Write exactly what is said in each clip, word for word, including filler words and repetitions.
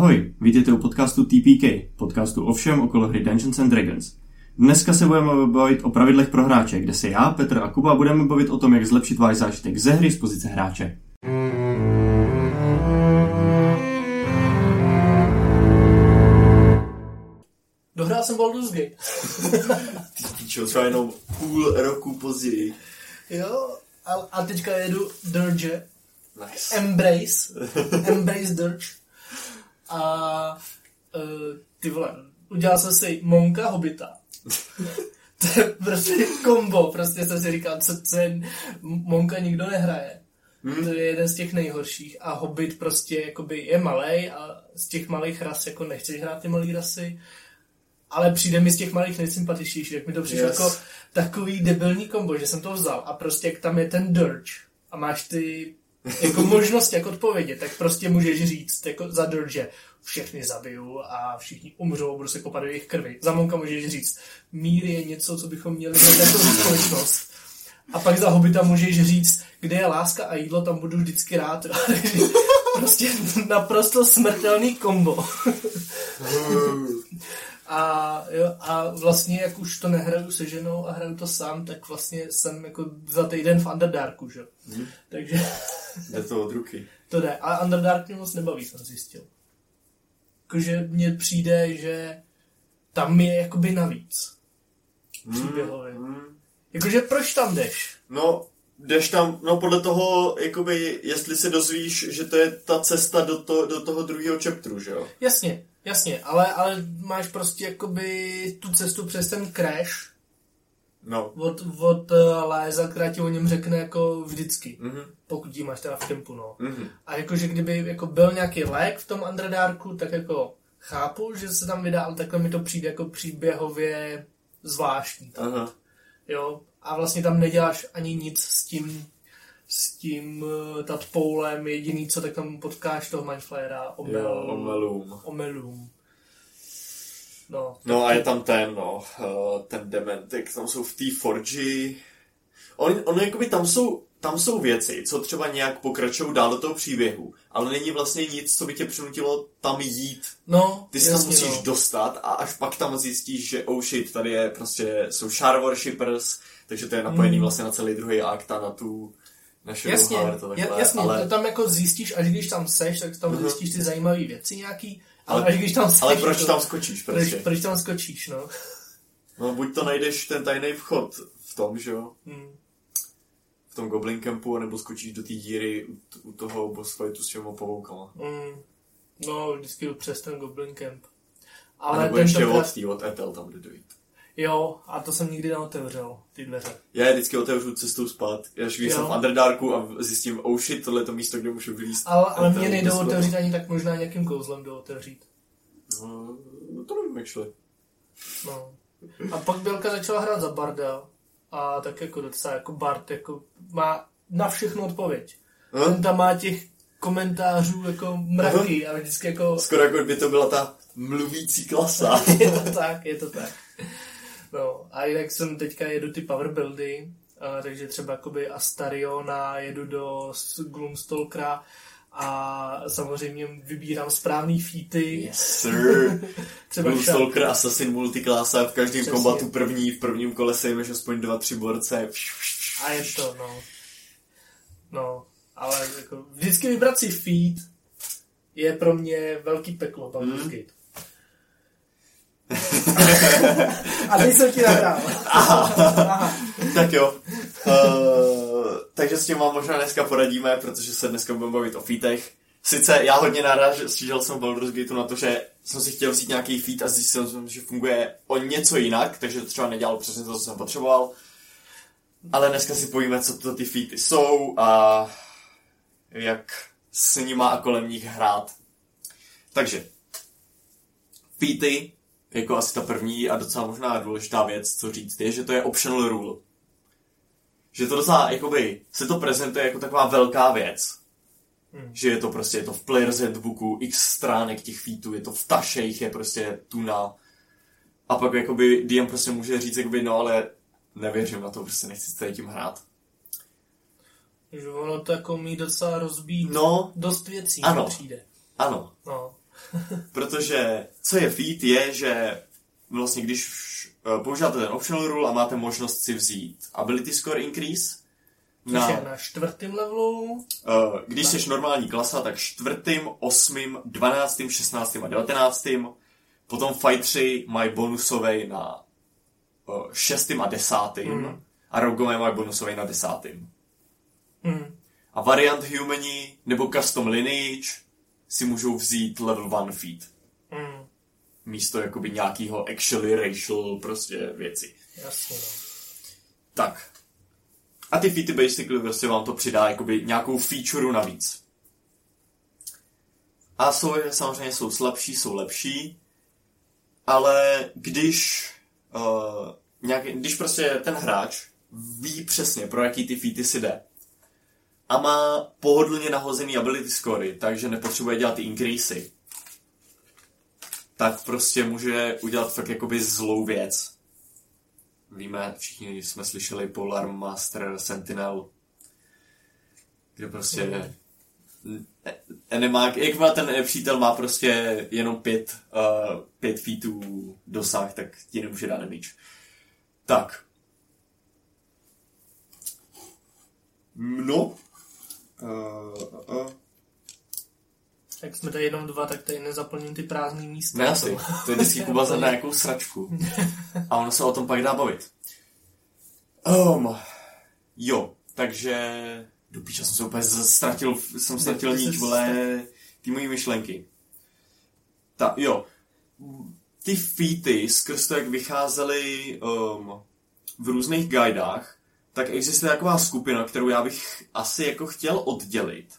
Ahoj, vítejte u podcastu T P K, podcastu o všem okolo hry Dungeons and Dragons. Dneska se budeme bavit o pravidlech pro hráče, kde se já, Petr a Kuba budeme bavit o tom, jak zlepšit váš zážitek ze hry z pozice hráče. Dohrál jsem Baldur's Gate. Ty píčo, třeba jenom půl roku později. Jo, a, a teďka jedu Dirge. Nice. Embrace. Embrace Dirge. A uh, ty vole, udělal jsem si Monka Hobita. To je prostě kombo, prostě jsem si říkal, co, co je, Monka nikdo nehraje. Hmm. To je jeden z těch nejhorších a Hobbit prostě jakoby je malej a z těch malých ras jako nechceš hrát ty malý rasy. Ale přijde mi z těch malých nejsympatičtější, jak mi to přišlo yes. jako takový debilní kombo, že jsem to vzal a prostě jak tam je ten Dirge a máš ty jako možnosti, jak odpovědět, tak prostě můžeš říct jako za Dirge, všechny zabiju a všichni umřou, budu se kopat do jejich krvi. Za Monka můžeš říct, mír je něco, co bychom měli mít jako společnost. A pak za Hobita můžeš říct, kde je láska a jídlo, tam budu vždycky rád. Prostě naprosto smrtelný kombo. A, jo, a vlastně, jak už to nehraju se ženou a hraju to sám, tak vlastně jsem jako za týden v Underdarku, že? Hmm. Takže... Jde to od ruky. To jde. A Underdark mě moc nebaví, jsem zjistil. Jakože mně přijde, že tam je jakoby navíc. Příběhově. Hmm. Jakože proč tam jdeš? No, jdeš tam, no podle toho, jakoby, jestli se dozvíš, že to je ta cesta do, to, do toho druhého chapteru, že jo? Jasně. Jasně, ale, ale máš prostě jakoby tu cestu přes ten crash no. od, od uh, Léza, která ti o něm řekne jako vždycky, mm-hmm. pokud jí máš teda v tempu, no. Mm-hmm. A jakože kdyby jako byl nějaký lék v tom Underdarku, tak jako chápu, že se tam vydá, ale takhle mi to přijde jako příběhově zvláštní. Aha. Jo, a vlastně tam neděláš ani nic s tím s tím uh, Tadpoolem, jediný co, tak tam potkáš toho Mindflayera, omel, jo, omelům. omelům. No, no a je tam ten, no, uh, ten Dementek, tam jsou v té Forgi. On, on jakoby tam jsou, tam jsou věci, co třeba nějak pokračují dál do toho příběhu, ale není vlastně nic, co by tě přinutilo tam jít. No, Ty se jasně, tam musíš no. dostat a až pak tam zjistíš, že oh shit, tady je prostě, jsou Shard Worshippers, takže to je napojený mm. vlastně na celý druhý akt a na tu naše jasně, Heart a takhle. jasně, ale... to tam jako zjistíš, až když tam seš, tak tam uh-huh. zjistíš ty zajímavé věci nějaký, ale, ale až když tam seš... Ale proč to, tam skočíš prostě? Proč, proč tam skočíš, no? No buď to najdeš ten tajný vchod v tom, že jo? Hmm. V tom Goblin Campu, nebo skočíš do té díry u, u toho boss fightu s těma pavoukama. Hmm. No, vždycky jdu přes ten Goblin Camp. Ale a nebo ještě krát... od tý, od Ethel tam jde dojít. Jo, a to jsem nikdy neotevřel, ty dveře. Já je vždycky otevřu cestou spát. Já když jsem v Underdarku a zjistím, oh shit, tohle je to místo, kde můžu vylízt. Ale, ale mě nejdou otevřít ani tak možná nějakým kouzlem jdou otevřít. No, no to nevím, jak šli. No. A pak Bělka začala hrát za Barda a tak jako docela jako Bard jako má na všechno odpověď. Hm? On tam má těch komentářů jako mraky a vždycky jako... Skoro jako by to byla ta mluvící klasa. Je to tak, je to tak. No, a jinak jsem teďka jedu ty power buildy, a, takže třeba jakoby Astariona, jedu do Gloomstalkera a samozřejmě vybírám správný featy. Yes, sir. Gloomstalker, Assassin, multiklasa, v každém přesně. Kombatu první, v prvním kole sejmeš aspoň dva, tři borce. A je to, no. No, ale jako vždycky vybrat si feat je pro mě velký peklo, Baldur's Gate. Hmm. A teď jsem ti nahrál. Aha. Aha. Tak jo. Uh, takže s tím vám možná dneska poradíme, protože se dneska budeme bavit o featech. Sice já hodně narážel, stížel jsem Baldur's Gateu na to, že jsem si chtěl vzít nějaký feat a zjistil jsem, že funguje o něco jinak, takže to třeba nedělal přesně to, co jsem potřeboval. Ale dneska si povíme, co to ty featy jsou a jak s nima a kolem nich hrát. Takže featy, jako asi ta první a docela možná důležitá věc, co říct, je, že to je optional rule. Že to docela, jakoby, se to prezentuje jako taková velká věc. Hmm. Že je to prostě, je to v Player's Handbooku, x stránek těch featů, je to v tašejch, je prostě tuna. A pak jakoby D M prostě může říct, jakoby, no ale nevěřím na to, prostě nechci tady tím hrát. Že ono to jako mít docela rozbít no, dost věcí, ano, přijde. Ano. No. Protože co je feat je, že vlastně když používáte ten optional rule a máte možnost si vzít ability score increase, na, je na čtvrtém levelu. Když jsi normální klasa, tak čtvrtým, osmým, dvanáctým, šestnáctým a devatenáctým. Potom fightři mají bonusovej na šestým a desátým. Mm. A rogueové mají bonusovej na desátým. Mm. A variant humani nebo custom lineage si můžou vzít level one feat. Mm. Místo jakoby nějakýho actually racial prostě věci. Jasně, no. Tak. A ty featy basically prostě vám to přidá jakoby nějakou featureu navíc. A jsou, samozřejmě jsou slabší, jsou lepší, ale když uh, nějaký, když prostě ten hráč ví přesně, pro jaký ty featy si jde a má pohodlně nahozený ability scory, takže nepotřebuje dělat ty increasy, tak prostě může udělat fakt jakoby zlou věc. Víme, všichni jsme slyšeli Polar Master Sentinel, kde prostě mm. enemák, jak má ten nepřítel má prostě jenom pět, uh, pět feetů dosah, tak ti nemůže dát damage. Tak. No. Uh, uh. Jak jsme tady jenom dva, tak tady nezaplním ty prázdný místa. Ne asi, to je vždycky Kuba za nějakou sračku. A ono se o tom pak dá bavit. Um, jo, takže... Do píče, jsem se úplně ztratil, jsem ztratil níč, vole, ty mojí myšlenky. Ta, jo. Ty featy, skrz to, jak vycházely um, v různých guidách, tak existuje taková skupina, kterou já bych asi jako chtěl oddělit.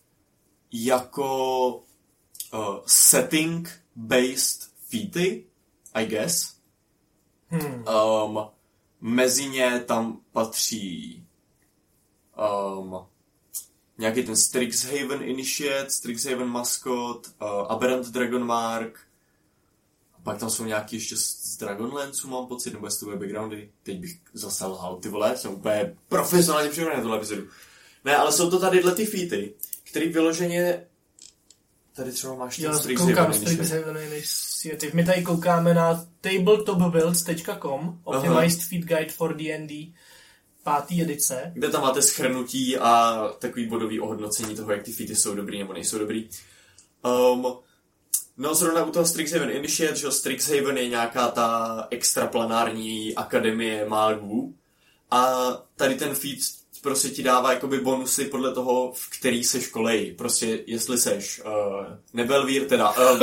Jako uh, setting-based featy, I guess. Hmm. Um, mezi ně tam patří um, nějaký ten Strixhaven Initiate, Strixhaven Mascot, uh, Aberrant Dragonmark. A pak tam jsou nějaký ještě z Dragonlanceů, mám pocit, nebo jestli to bude backgroundy. Teď bych zase lhal, ty vole, jsem úplně profesionálně připravený na tohle epizodu. Ne, ale jsou to tadyhle ty featy, který vyloženě... Tady třeba máš ten Strixhaven Initiative. My tady koukáme na tabletopbuilds tečka com, Optimized Feat Guide for D and D, pátý edice. Kde tam máte shrnutí a takový bodový ohodnocení toho, jak ty featy jsou dobrý nebo nejsou dobrý. Um, no zrovna u toho Strixhaven Initiate, že Strixhaven je nějaká ta extraplanární akademie mágů a tady ten feat prostě ti dává jakoby bonusy podle toho, v který seš koleji. Prostě jestli seš uh, Nebelvír, teda... Um,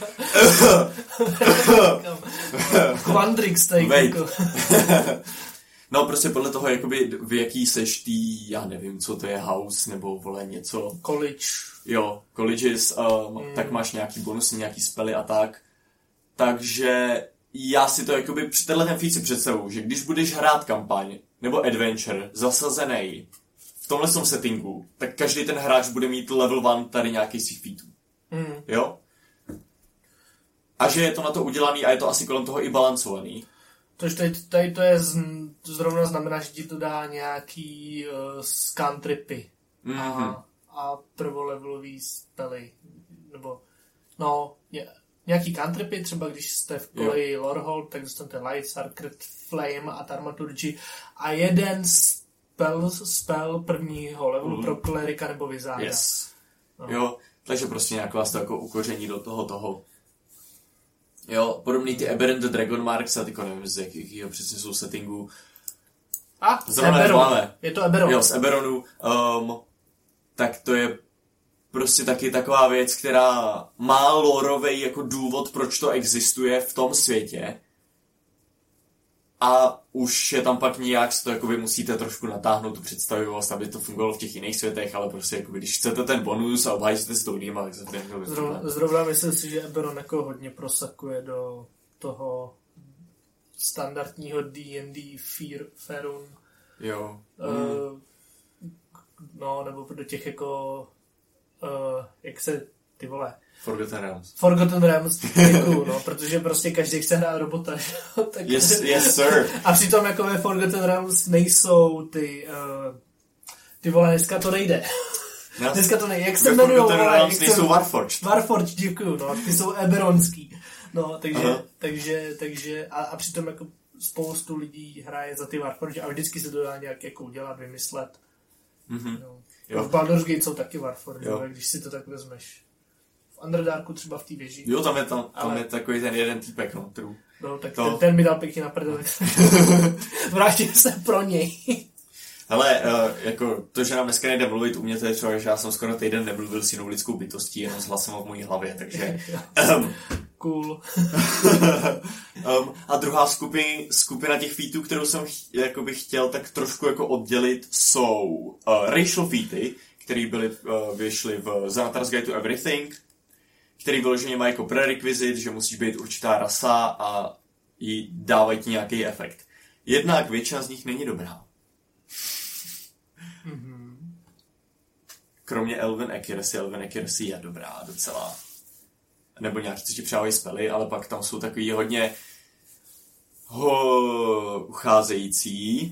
Quandrix tady. No prostě podle toho, jakoby v jaký seš tý, já nevím, co to je, house, nebo vole něco. College. Jo, colleges, um, mm. tak máš nějaký bonusy, nějaký spely a tak. Takže já si to jakoby při tenhle ten feat si představuji, že když budeš hrát kampaň, nebo adventure, zasazený v tomhle tom settingu, tak každý ten hráč bude mít level one tady nějaký z těch featů. Mm. Jo? A že je to na to udělaný a je to asi kolem toho i balancovaný. Tož tady, tady to je z, zrovna znamená, že ti to dá nějaký uh, scantripy mm-hmm. a, a prvolevelový spely, nebo no, ně, nějaký cantripy, třeba když jste v koleji Lorehold, tak dostanete Light, Sacred Flame a Thaumaturgy a jeden spell, spell prvního levelu mm. pro klerika nebo vizáda. Yes. No. Jo, takže prostě nějak vás to jako ukoření do toho toho. Jo, podobný ty Aberrant Dragonmarks a tyko nevím, z jakého přesně jsou settingu. A, z Eberron. Je to Eberron. Jo, z Eberronu. Um, tak to je prostě taky taková věc, která má lorovej jako důvod, proč to existuje v tom světě. A už je tam pak nějak, to jako vy musíte trošku natáhnout tu představivost, aby to fungovalo v těch jiných světech, ale prostě jako když chcete ten bonus a obhájíte si to jinýma, tak se to jako Zrovna, zrovna myslím si, že Eberron jako hodně prosakuje do toho standardního D and D Fear Faerun. Jo. Uh, mm. No, nebo do těch jako uh, jak se, ty vole... Forgotten Realms. Forgotten Realms, děkuju, no, protože prostě každý chce hrát robota, tak... Yes, yes, sir. A přitom jako ve Forgotten Realms nejsou ty, uh, ty vole, dneska to nejde. Já Dneska to nej, jak se jmenujou, ale... Jak nejsou Warforged. Warforged, děkuju, no, ty jsou eberonský. No, takže, Aha. takže, takže, a, a přitom jako spoustu lidí hraje za ty Warforged a vždycky se to dá nějak jako udělat, vymyslet. Mm-hmm. No. Jo. V Baldur's Gate jsou taky Warforged, když si to tak vezmeš. V Underdarku třeba v té věži. Jo, tam je, tam, tam ale... je takový ten jeden týpek, no, true. No, tak to... ten, ten mi dal pěkně na prdeli. Vrátil se pro něj. Hele, uh, jako to, že nám dneska nejde mluvit, u mě to je třeba, že já jsem skoro týden nemluvil s jinou lidskou bytostí, jenom s hlasem v mojí hlavě, takže... um, cool. um, a druhá skupina, skupina těch featů, kterou jsem ch, jakoby chtěl tak trošku jako oddělit, jsou uh, racial featy, které byly, uh, vyšly v Xanatar's Guide to Everything, který vyloženě má jako prerequisite, že musíš být určitá rasa a jí dávají ti nějaký efekt. Jednak většina z nich není dobrá. Mm-hmm. Kromě Elven Accuracy, Elven Accuracy je dobrá docela. Nebo nějaký, co ti přidávají spely, ale pak tam jsou takový hodně ho, ucházející.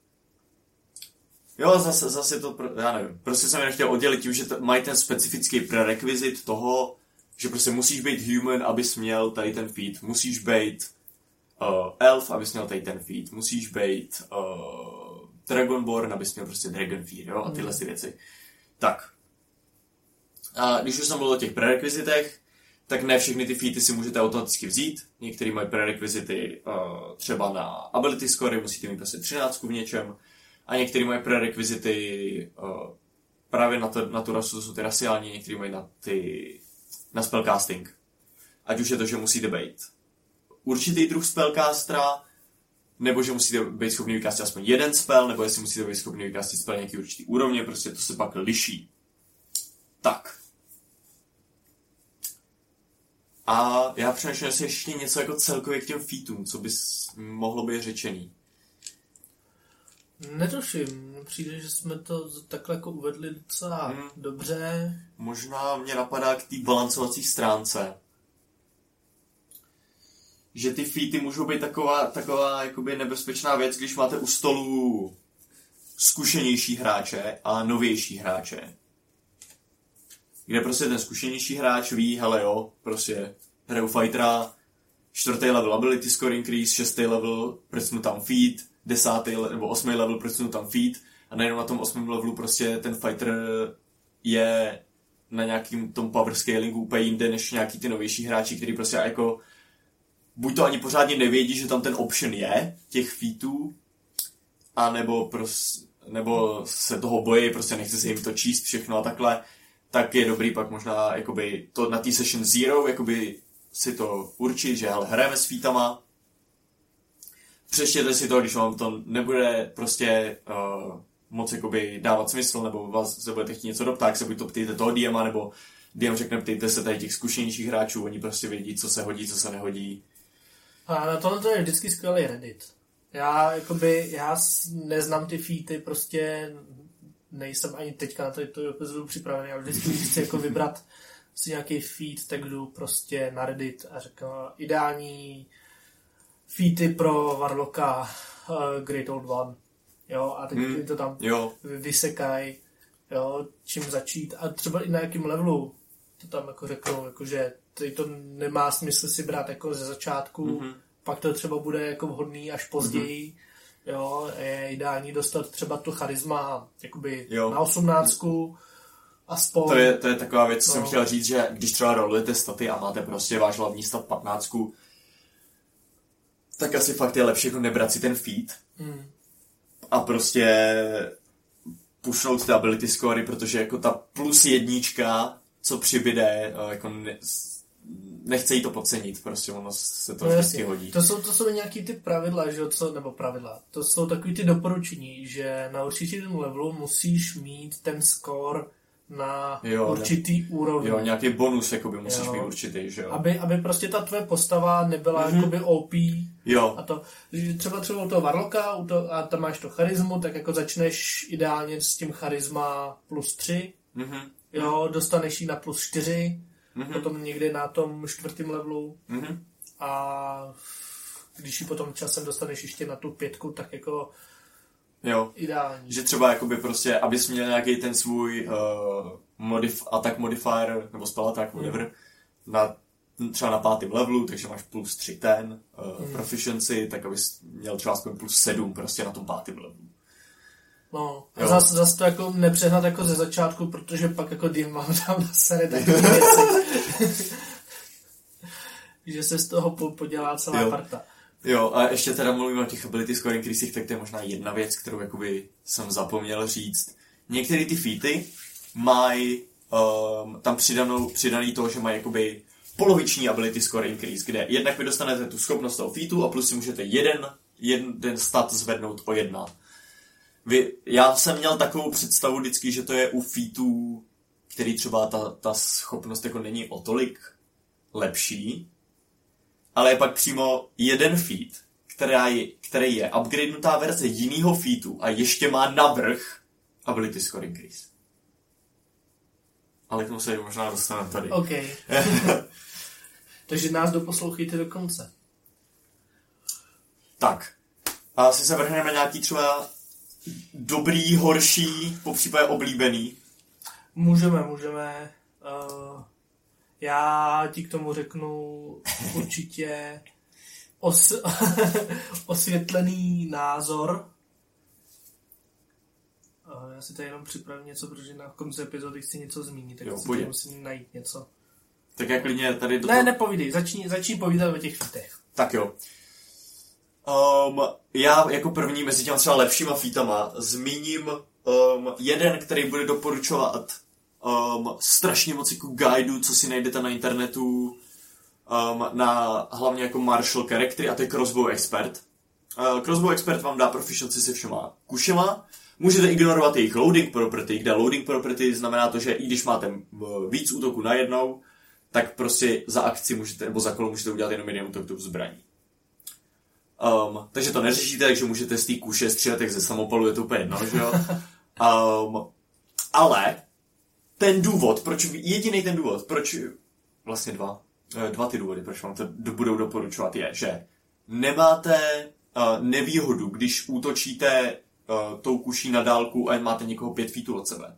Jo, zase, zase to, já nevím, prostě jsem je nechtěl oddělit tím, že t- mají ten specifický prerequisit toho, že prostě musíš být human, abys měl tady ten feat, musíš být uh, elf, abys měl tady ten feat, musíš být uh, dragonborn, abys měl prostě dragon feat, jo, a tyhle ty věci. Tak. A když už jsem mluvil o těch prerequisitech, tak ne všechny ty featy si můžete automaticky vzít. Některý mají prerequisity uh, třeba na ability score, musíte mít prostě třináct v něčem, a některý mají prerequisity uh, právě na, to, na tu rasu, to jsou ty rasiální, některý mají na ty na spellcasting. Ať už je to, že musíte být určitý druh spellcastera, nebo že musíte být schopni vykástit aspoň jeden spell, nebo jestli musíte být schopni vykástit spell nějaký určitý úrovně, prostě to se pak liší. Tak. A já přemýšlím, jestli ještě něco jako celkově k těm featům, co by mohlo být řečený. Netuším, přijde, že jsme to takhle jako uvedli docela hmm. dobře. Možná mě napadá k té balancovací stránce. Že ty featy můžou být taková, taková jakoby nebezpečná věc, když máte u stolu zkušenější hráče a novější hráče. Kde prostě ten zkušenější hráč ví, hele jo, prostě hraju fightera, čtvrtý level ability score increase, šestý level, prcnu tam feat, desátý nebo osmý level, prcnu tam feat a najednou na tom osmém levelu prostě ten fighter je na nějakým tom power scalingu úplně jinde než nějaký ty novější hráči, který prostě jako buď to ani pořádně nevědí, že tam ten option je, těch featů, a nebo, pros, nebo se toho bojí, prostě nechce se jim to číst všechno a takhle, tak je dobrý pak možná jakoby to na té session zero jakoby si to určit, že hele, hrajeme s featama, přečtěte si to, když vám to nebude prostě uh, moc jakoby dávat smysl, nebo vás se budete chtít něco doptat, tak se buď to ptejte toho D M a, nebo D M řekne ptejte se tady těch zkušenějších hráčů, oni prostě vědí, co se hodí, co se nehodí. A na tohle to je vždycky skvělý Reddit. Já jakoby, já neznám ty featy, prostě nejsem ani teďka na to, to epizodu připravený, ale vždycky, když chci jako vybrat si nějaký feat, tak jdu prostě na Reddit a řeknu ideální featy pro Warlocka uh, Great Old One. Jo, a teď hmm. to tam jo. vysekají, jo, čím začít. A třeba i na jakém levelu to tam jako řeknou, jakože tady to nemá smysl si brát jako ze začátku, mm-hmm. pak to třeba bude jako vhodný až později. Mm-hmm. Jo, je ideální dostat třeba tu charisma jakoby jo. na osmnáctku aspoň. To je, to je taková věc, co no. jsem chtěl říct, že když třeba rolujete staty a máte prostě váš hlavní stat patnáctku, tak asi fakt je lepší jako nebrat si ten feat mm. a prostě pušnout ty ability scory, protože jako ta plus jednička, co přibyde, jako ne, nechce jí to podcenit, prostě ono se to no vždycky hodí. To jsou, to jsou nějaký ty pravidla, že co, nebo pravidla, to jsou takový ty doporučení, že na určitém levelu musíš mít ten score na jo, určitý ne. úrovni. Jo, nějaký bonus jakoby musíš jo. mít určitý, že jo. Aby, aby prostě ta tvoje postava nebyla mm-hmm. jakoby O P. Jo. A to, třeba třeba u toho Warlocka a tam máš to charizmu, tak jako začneš ideálně s tím charisma plus tři, mm-hmm. jo, dostaneš ji na plus čtyři, mm-hmm. potom někde na tom čtvrtém levelu mm-hmm. a když ji potom časem dostaneš ještě na tu pětku, tak jako Jo. Ideální. Že třeba jakoby prostě, abys měl nějaký ten svůj uh, modif- attack modifier, nebo spell attack, whatever, mm. na, třeba na pátém levelu, takže máš plus tři ten uh, mm. proficiency, tak abys měl třeba aspoň plus sedm prostě na tom pátém levelu. No, a zase zas to jako nepřehnat jako ze začátku, protože pak jako Dim mám tam na sere takové věci. Že se z toho podělá celá jo. parta. Jo, a ještě teda mluvím o těch ability score increasech, tak to je možná jedna věc, kterou jakoby jsem zapomněl říct. Některé ty featy mají um, tam přidanou, přidaný to, že mají jakoby poloviční ability score increase, kde jednak vy dostanete tu schopnost toho featu a plus si můžete jeden, jeden stat zvednout o jedna. Vy, já jsem měl takovou představu vždycky, že to je u featů, který třeba ta, ta schopnost jako není o tolik lepší, ale je pak přímo jeden feat, která je, který je upgradenutá verze jinýho featu a ještě má navrch ability score increase. Ale k tomu se možná dostaneme tady. OK. Takže nás doposlouchejte do konce. Tak. A asi se vrhneme nějaký třeba dobrý, horší, popřípadě oblíbený. Můžeme, můžeme. Uh, já ti k tomu řeknu určitě os, osvětlený názor. Uh, já si tady jenom připravím něco, protože na konci epizody chci něco zmínit, tak jo, si tady musím najít něco. Tak jak klidně tady do Ne, toho... nepovídej, začni, začni povídat o těch featech. Tak jo. Um, já jako první mezi těma třeba lepšíma featama zmíním um, jeden, který bude doporučovat um, strašně moc jako guideů, co si najdete na internetu, um, na hlavně jako martial charactery, a to je Crossbow Expert. Uh, Crossbow Expert vám dá proficiency se všema kušema. Můžete ignorovat jejich loading property, kde loading property znamená to, že i když máte víc útoků najednou, tak prostě za akci můžete, nebo za kolo můžete udělat jenom jeden útok tou zbraní. Um, takže to neřešíte, takže můžete z té kuše střílet jak ze samopalu, je to úplně jedno, že jo? Um, ale ten důvod, proč, jediný ten důvod, proč, vlastně dva, dva ty důvody, proč vám to budou doporučovat, je, že nemáte uh, nevýhodu, když útočíte uh, tou kuší na dálku a máte někoho pět feetů od sebe.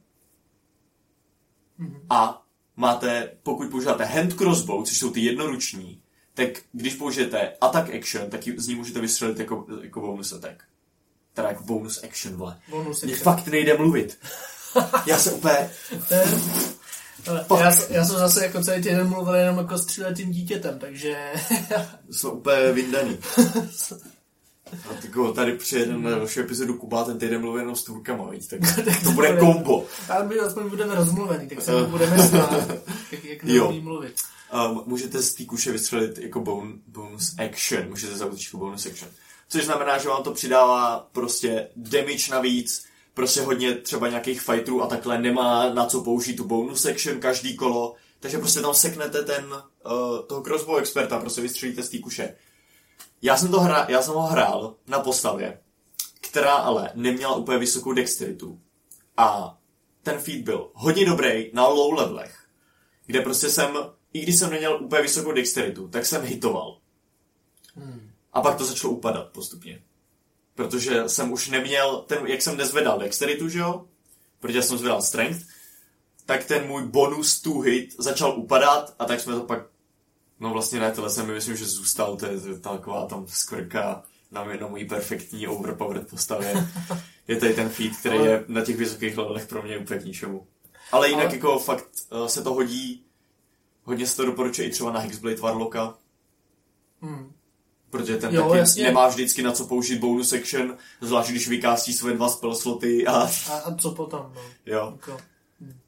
Mm-hmm. A máte, pokud používáte hand crossbow, což jsou ty jednoruční, tak když použijete attack action, tak z ní můžete vystřelit jako, jako bonus attack. Teda jako bonus action, vole. Bonus Mně fakt nejde mluvit. Já se úplně... já, já jsem zase jako celý týden mluvil jenom jako stříletým dítětem, takže... Jsou úplně vyndaný. A tyko, tady přijedeme na další epizodu Kuba, ten týden mluví jenom s tvůrkama, víc, tak, tak to bude kombo. Ale my aspoň budeme rozmluvený, tak se uh. budeme znát, jak, jak neumí mluvit. Um, můžete z té kuše vystřelit jako bon, bonus action, můžete zautočit jako bonus action. Což znamená, že vám to přidává prostě damage navíc, prostě hodně třeba nějakých fighterů a takhle nemá na co použít tu bonus action každý kolo, takže prostě tam seknete ten, uh, toho crossbow experta, prostě vystřelíte z té kuše. Já jsem, to hra, já jsem ho hrál na postavě, která ale neměla úplně vysokou dexteritu. A ten feat byl hodně dobrý na low levelech, kde prostě jsem, i když jsem neměl úplně vysokou dexteritu, tak jsem hitoval. Hmm. A pak to začalo upadat postupně. Protože jsem už neměl, ten, jak jsem nezvedal dexteritu, že jo? Protože jsem zvedal strength, tak ten můj bonus to hit začal upadat a tak jsme to pak, no vlastně ne, tohle jsem myslím, že zůstal, to je, to je taková tam skvrka na, na mojí perfektní overpowered postavě. Je tady ten feat, který ale... je na těch vysokých levelech pro mě úplně k ničemu. Ale jinak ale... jako fakt uh, se to hodí, hodně se to doporučuje i třeba na Hexblade Warlocka. Hmm. Protože ten jo, taky jasně. Nemá vždycky na co použít bonus action, zvlášť když vykástí své dva spell sloty a... A, a co potom, no. Jo. Jako, hm.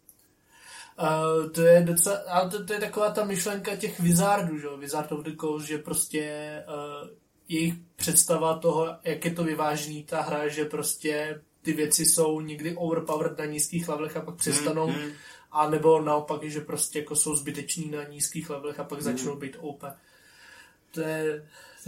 uh, to je docela, ale to, to je taková ta myšlenka těch wizardů, že jo, Wizard of the Coast, že prostě uh, jejich představa toho, jak je to vyvážený ta hra, že prostě ty věci jsou někdy overpowered na nízkých levelech a pak přestanou, mm, mm. a nebo naopak, že prostě jako jsou zbyteční na nízkých levelech a pak mm. začnou být O P. To je...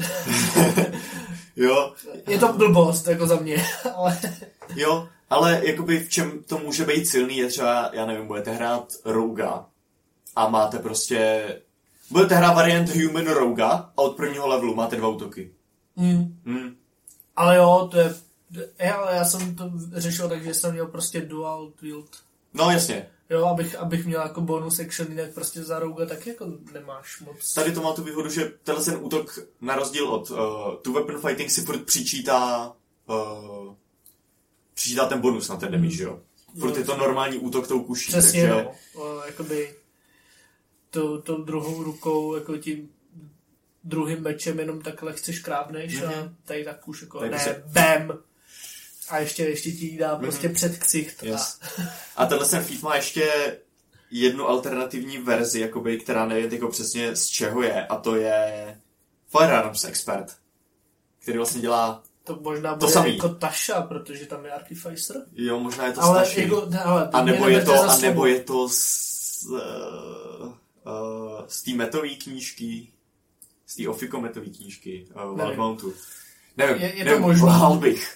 jo. Je to blbost, jako za mě, ale... jo, ale jakoby v čem to může být silný je třeba, já nevím, budete hrát Rouga a máte prostě... Budete hrát variant Human Rouga a od prvního levelu máte dva útoky. Mm. Mm. Ale jo, to je Já, ale já jsem to řešil tak, že jsem měl prostě dual wield. No jasně. Jo, abych, abych měl jako bonus action, jinak prostě za rouga tak jako nemáš moc. Tady to má tu výhodu, že tenhle ten útok na rozdíl od uh, two weapon fighting si furt přičítá uh, přičítá ten bonus na ten damage, jo. Furt je to normální útok tou kuší. Přesně, takže... no. O, jakoby tou, tou druhou rukou, jako tím druhým mečem jenom tak lehce škrábneš mm-hmm. a tady tak už jako tady ne, se... bam! A ještě, ještě ti dá mm-hmm. prostě před ksicht. Yes. A, a tenhle ten feat má ještě jednu alternativní verzi, jakoby, která nevím jako přesně z čeho je, a to je Firearms Expert, který vlastně dělá to možná to bude samý. Jako Tasha, protože tam je Artificer. Jo, možná je to ale Staši. Jako, ale a nebo je to, a nebo je to z, uh, uh, z té metové knížky, z té Ofiko metové knížky, uh, Wild Mountu. Nevím, je, je nevím, to možná. lhal bych.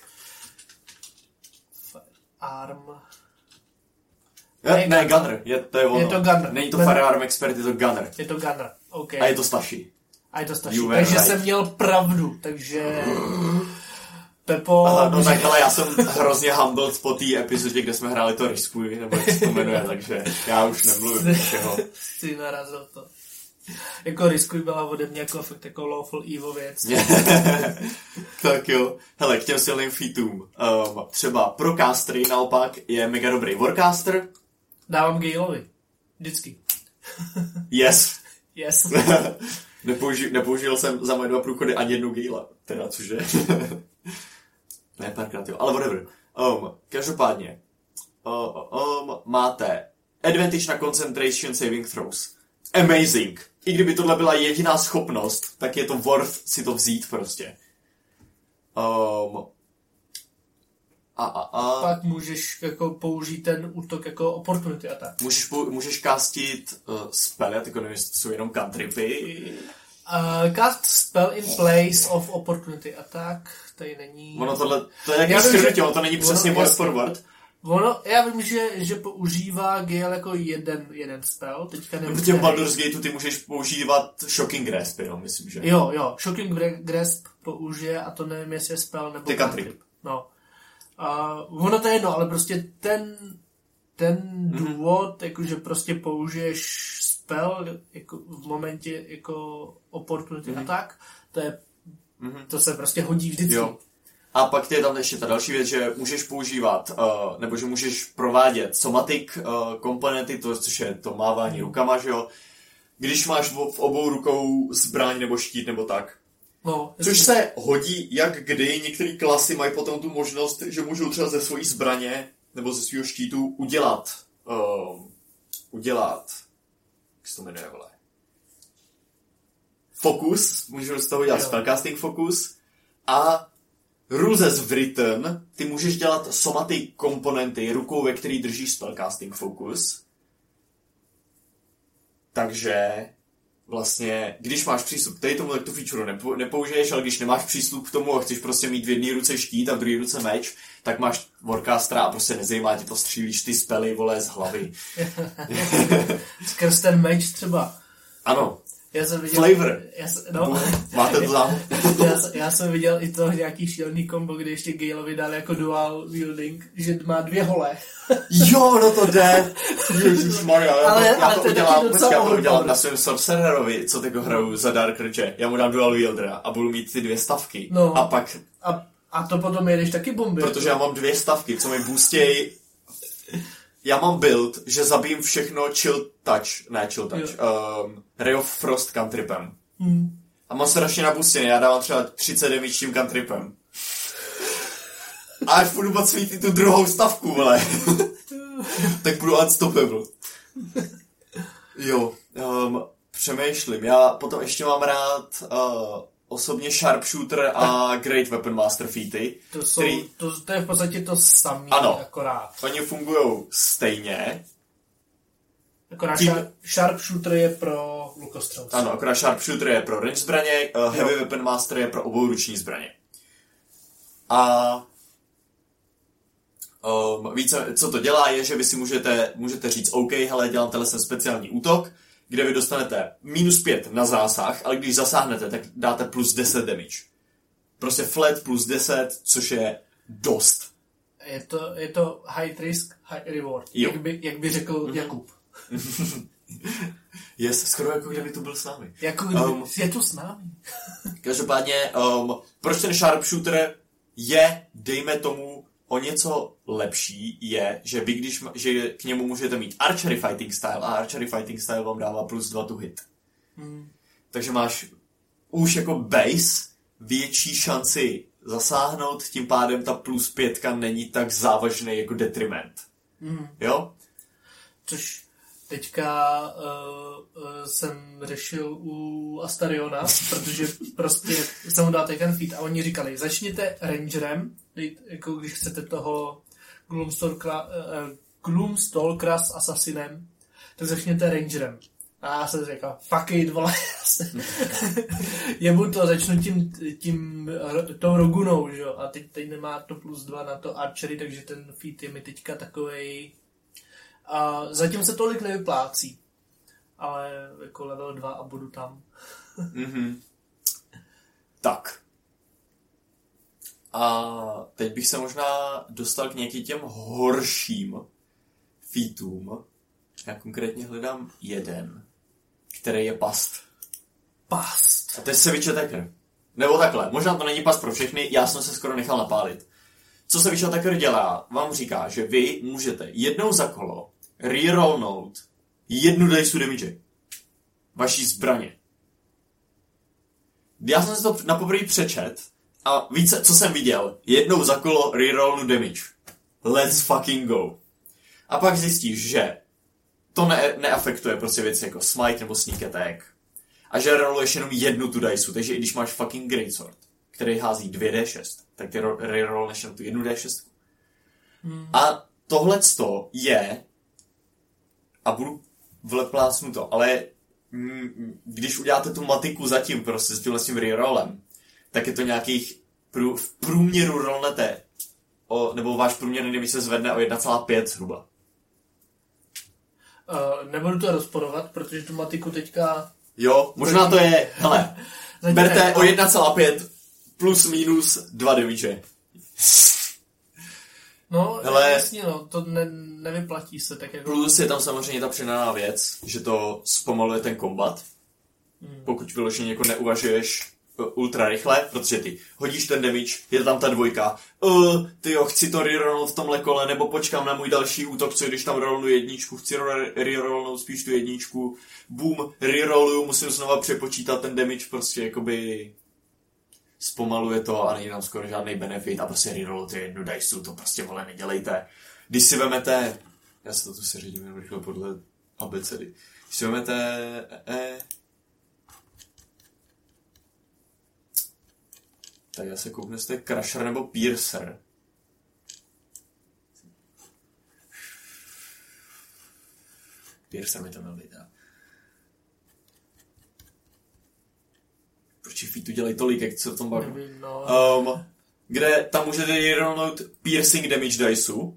Arm. Ne, ne, Gunner, je, to je ono. Je to Gunner. Není to Firearm Expert, je to Gunner. Je to Gunner, OK. A je to Staši. A je to Staši, takže right. jsem měl pravdu, takže... Pepo... Aha, no tak, ale já jsem hrozně humbled po té epizodě, kde jsme hráli to Riskuj, nebo jak se to jmenuje, takže já už nemluvím ničeho. Jsi narazil to. Jako Riskuj byla ode mě jako fakt jako lawful evil věc. Tak jo. Hele, k těm silným featům. Um, třeba pro castery naopak je mega dobrý Warcaster. Dávám Galeovi. Vždycky. Yes. Yes. Nepouži- nepoužil jsem za moje dva průchody ani jednu Gale. Teda, cože? Ne, párkrát jo, ale whatever. Um, každopádně. Uh, um, máte advantage na concentration saving throws. Amazing. I kdyby tohle byla jediná schopnost, tak je to worth si to vzít prostě. Um, a, a, a. Pak můžeš jako použít ten útok jako opportunity attack. Můžeš, můžeš castit uh, spell, jako nevím, jestli to jsou jenom cantripy. Uh, cast spell in place of opportunity attack. Tady není... Ono tohle, to je jaký skrnutí, ono to není přesně word forward. Ono, já vím, že, že používá Gale jako jeden, jeden spell, teďka nevím. V těm Baldur's Gateu ty můžeš používat Shocking Grasp, jenom myslím, že. Jo, jo, Shocking Grasp použije a to nevím, jestli je spell nebo ty cantrip. No. Uh, ono to je jedno, ale prostě ten, ten mm-hmm. důvod, jakože prostě použiješ spell jako v momentě jako opportunity mm-hmm. attack, to je, mm-hmm. to se prostě hodí vždycky. Jo. A pak je tam ještě ta další věc, že můžeš používat, uh, nebo že můžeš provádět somatic uh, komponenty, to, což je to mávání rukama, že jo, když máš v, v obou rukou zbraň nebo štít nebo tak. No, což se hodí jak kdy, některé klasy mají potom tu možnost, že můžou třeba ze svojí zbraně nebo ze svého štítu udělat, uh, udělat, jak se to jmenuje, vole, fokus, můžou z toho dělat jo. spellcasting fokus a rules as written, ty můžeš dělat somatic komponenty rukou, ve který držíš spellcasting focus. Takže vlastně, když máš přístup k tady tomu, tak tu feature nepo, nepoužiješ, ale když nemáš přístup k tomu a chceš prostě mít v jedné ruce štít a v druhé ruce meč, tak máš Warcastera a prostě nezajímá tě to, střílíš ty spely, vole, z hlavy. Skrz ten meč třeba. Ano. Já jsem viděl, Flavor. Já jsem, no. Máte to tam? já, já jsem viděl i to nějaký šílený kombo, kdy ještě Galeovi dal jako dual wielding, že má dvě hole. Jo, no to jde. Ježišmarja, já, ale, to, já ale to to udělám, počkej, já to udělám na svém sorcererovi, co teď hraju za Dark Ridge. Já mu dám dual wieldera a budu mít ty dvě stavky. No. A pak... A, a to potom jedeš taky bomby. Protože já mám dvě stavky, co mi boostěj. Já mám build, že zabijím všechno chill touch, ne chill touch, um, Ray of Frost cantripem. Hmm. A mám strašně nabustěný, já dávám třeba třicet damage tím cantripem. A až půjdu moc svítit tu druhou stavku, vole. Tak budu unstoppable. Jo, um, přemýšlím. Já potom ještě mám rád uh, osobně Sharpshooter a Great Weapon Master featy. To, jsou, který... to, to je v podstatě to samé, ano, akorát. Oni fungujou stejně. Akorát Tím... Sharpshooter je pro lukostřelce. Ano, akorát Sharpshooter je pro range zbraně, uh, Heavy Weapon Master je pro obouruční zbraně. A um, více, co to dělá, je, že vy si můžete, můžete říct OK, hele, dělám tenhle ten speciální útok, kde vy dostanete minus pět na zásah, ale když zasáhnete, tak dáte plus deset damage. Prostě flat plus deset, což je dost. Je to, je to high risk, high reward, Jo. jak by, jak by řekl mm-hmm. Jakub. Yes, skoro jako kdyby tu byl s námi. Jako kdyby, Um, je tu s námi. Každopádně, um, proč ten sharpshooter je, dejme tomu, o něco lepší, je, že vy, když, že k němu můžete mít archery fighting style a archery fighting style vám dává plus dva to hit. Hmm. Takže máš už jako base větší šanci zasáhnout, tím pádem ta plus pětka není tak závažný jako detriment. Hmm. Jo? Což teďka uh, uh, jsem řešil u Astariona, protože prostě jsem mu dal ten feat a oni říkali, začněte rangerem, jako když chcete toho Gloomstalkera, uh, Gloomstalkera s Assassinem, tak začněte rangerem. A já jsem řekl, fuck it, vole, jebu to, začnu tím, tím tou Rogunou, že? A teď, teď nemá to plus dva na to archery, takže ten feat je mi teďka takovej. A zatím se tolik nevyplácí, ale jako level dva a budu tam. Mm-hmm. Tak. A teď bych se možná dostal k nějakým těm horším featům. Já konkrétně hledám jeden, který je past. Past. A to je Savage Attacker. Nebo takhle, možná to není past pro všechny, já jsem se skoro nechal napálit. Co Savage Attacker dělá, vám říká, že vy můžete jednou za kolo rerollnout jednu dice damage vaší zbraně. Já jsem se to na poprvé přečet a více, co jsem viděl, jednou za kolo rerollnu damage. Let's fucking go. A pak zjistíš, že to ne- neafektuje prostě věci jako smite nebo sneak attack. A že rolluješ jenom jednu tu diceu, takže i když máš fucking greatsword, který hází dvě dé šest, tak ty ro- rerollneš jenom tu jednu dé šest. Hmm. A tohleto je, a budu vleplácnu to, ale mm, když uděláte tu matiku zatím prostě s tímhle s tím rerollem, tak je to nějakých, prů, v průměru rollnete, o, nebo váš průměrný damage se zvedne o jedna celá pět zhruba. Uh, nebudu to rozporovat, protože tu matiku teďka... Jo, možná to je, hele, berte o jedna celá pět plus minus dva damage. No, hele, jasně, no, to ne, nevyplatí se tak jako... Plus je tam samozřejmě ta přidaná věc, že to zpomaluje ten kombat. Hmm. Pokud vyloženě jako neuvažuješ uh, ultra rychle, protože ty hodíš ten damage, je tam ta dvojka, uh, ty jo, chci to rerollnout v tomhle kole, nebo počkám na můj další útok, co když tam rollnu jedničku, chci rerollnout spíš tu jedničku, boom, rerolluju, musím znova přepočítat ten damage, prostě jakoby zpomaluje to a není tam skoro žádný benefit a prostě rerollujte jednu dice, to prostě vole nedělejte. Když si vemete, já se to tu se řídím jenom rychle podle abecedy, když si vemete e, tak já se kouknu, jestli je Crusher nebo Piercer. Piercer mi to měl být, já. Proč ti featu dělají tolik, jak se v tom baví? No. Um, kde tam můžete rerollnout piercing damage diceu.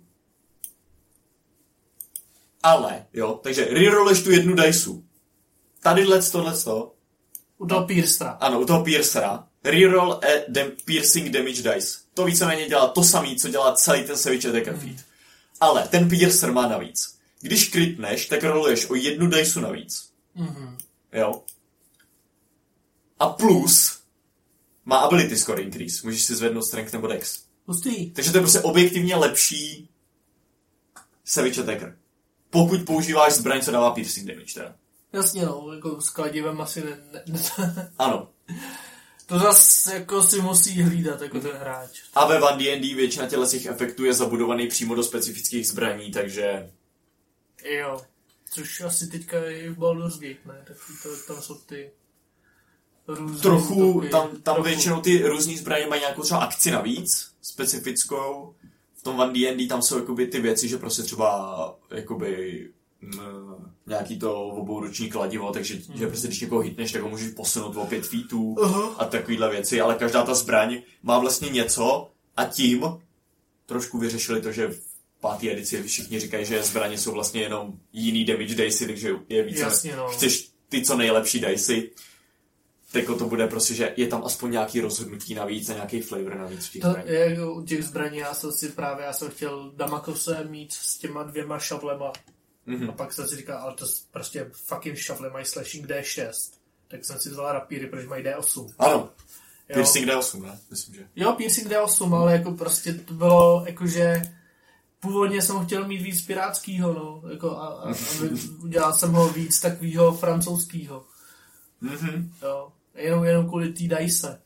Ale, jo, takže rerolluješ tu jednu diceu. Tadyhle tohle to. U toho Piercera. Ano, u toho Piercera. Reroll a dem- piercing damage dice. To víceméně dělá to samé, co dělá celý ten Savage Attacker feat. Mm. Ale ten Piercer má navíc. Když kritneš, tak rolluješ o jednu diceu navíc. Mm-hmm. Jo. A plus má ability score increase. Můžeš si zvednout strength nebo dex. Pustý. Takže to je prostě objektivně lepší Savage Attacker. Pokud používáš zbraň, co dává piercing damage teda. Jasně no, jako s kladivem asi ne... ne, ne. Ano. To zase jako si musí hlídat jako ten hráč. A ve one D and D většina těchto efektů je zabudovaný přímo do specifických zbraní, takže... Jo. Což asi teďka je v Baldur's Gate, ne? Tak to, tam jsou ty... Trochu, útoky. tam, tam Trochu. většinou ty různý zbraně mají nějakou třeba akci navíc, specifickou. V tom one D and D tam jsou jakoby ty věci, že prostě třeba jakoby m, nějaký to obouruční kladivo, takže mm. že prostě když někoho hitneš, tak ho můžeš posunout o pět feetů uh-huh. a takovýhle věci, ale každá ta zbraň má vlastně něco a tím trošku vyřešili to, že v pátý edici všichni říkají, že zbraně jsou vlastně jenom jiný damage dicey, takže je více, Jasně, no. chceš ty co nejlepší dicey. Teko to bude prostě, že je tam aspoň nějaký rozhodnutí navíc a nějaký flavor navíc v těch To zbraních. je u těch zbraní, já jsem si právě, já jsem chtěl Damakose mít s těma dvěma šavlema. Mm-hmm. A pak jsem si říkal, ale to prostě fucking šavle mají slashing D šest. Tak jsem si vzal rapíry, protože mají D osm. Ano, Jo. piercing D osm, ne? Myslím, že. Jo, piercing D osm, ale jako prostě to bylo, jakože původně jsem ho chtěl mít víc pirátskýho, no, jako a, a, a udělal jsem ho víc takovýho francouzskýho. Mm-hmm. Jo, jenom, jenom kvůli té dice.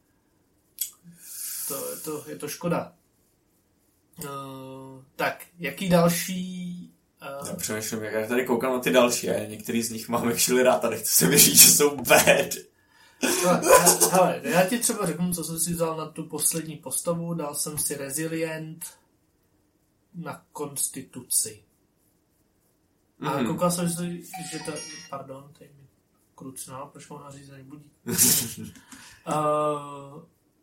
To, je, to, je to škoda. Uh, tak, jaký další... Uh... Já přemýšlím, jak já tady koukám na ty další, a některý z nich mám actually rád a nechci se mi říct, že jsou bad. Hele, hele, já ti třeba řeknu, co jsem si vzal na tu poslední postavu. Dal jsem si Resilient na konstituci. A Mhm. koukal jsem si, že to... Pardon, tady mi krucnal, proč mám nařízený budík. uh,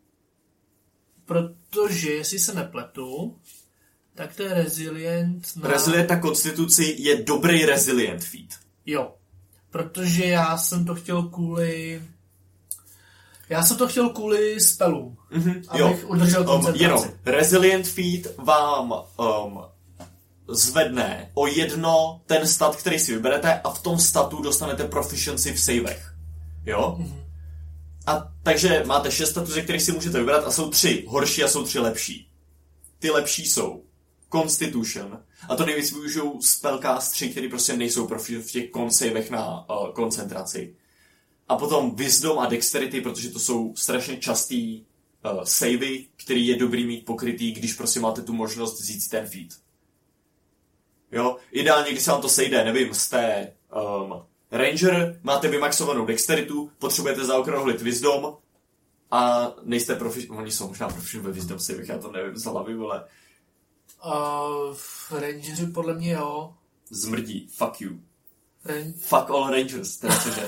protože, jestli se nepletu, tak to je Resilient na... Resilient na konstituci je dobrý resilient feat. Jo, protože já jsem to chtěl kvůli... Já jsem to chtěl kvůli spelům, Mm-hmm. abych Jo. udržel Um, koncentraci. jenom, resilient feat vám um, zvedne o jedno ten stat, který si vyberete a v tom statu dostanete proficiency v savech. Jo? Mm-hmm. A takže máte šest statů, ze kterých si můžete vybrat a jsou tři horší a jsou tři lepší. Ty lepší jsou Constitution a to nejvíc využijou spellcastři, který prostě nejsou profi v těch con savech na uh, koncentraci. A potom Wisdom a Dexterity, protože to jsou strašně častý uh, savey, který je dobrý mít pokrytý, když prostě máte tu možnost vzít si ten feat. Jo, ideálně, když se vám to sejde, nevím, jste um, Ranger, máte vymaxovanou Dexteritu, potřebujete zaokrouhlit Wisdom a nejste profi... Oni jsou možná profi ve Wisdom savech, já to nevím z hlavy, vole. Uh, Rangeři podle mě jo. Zmrdí, fuck you. Ran... Fuck all Rangers, teda cože.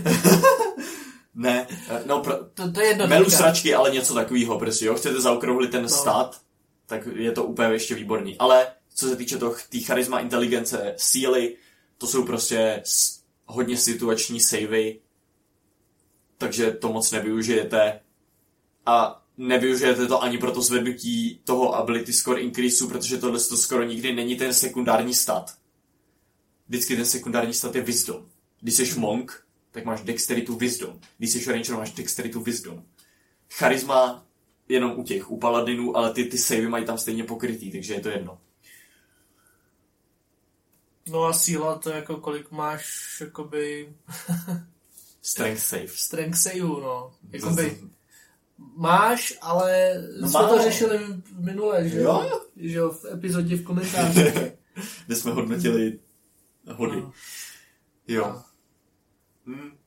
Ne, no pro... To, to je jedno. Melu teďka. sračky, ale něco takového, prostě, jo, chcete zaokrouhlit ten no. stát, tak je to úplně ještě výborný. Ale co se týče toho, tý charisma, inteligence, síly, to jsou prostě s, hodně situační savey, takže to moc nevyužijete. A nevyužijete to ani pro to zvednutí toho ability score increaseu, protože tohle to skoro nikdy není ten sekundární stat. Vždycky ten sekundární stat je wisdom. Když jsi monk, tak máš dexteritu wisdom. Když jsi ranger, máš dexteritu wisdom. Charisma jenom u těch, u paladinů, ale ty, ty savey mají tam stejně pokrytý, takže je to jedno. No a síla to jako kolik máš jakoby... Strength save. Strength save, no. Jakoby máš, ale No jsme má. to řešili minule, že Jo? jo? Že jo, v epizodě v komentářích. Kde jsme hodnotili hody. No. Jo. No. Hmm.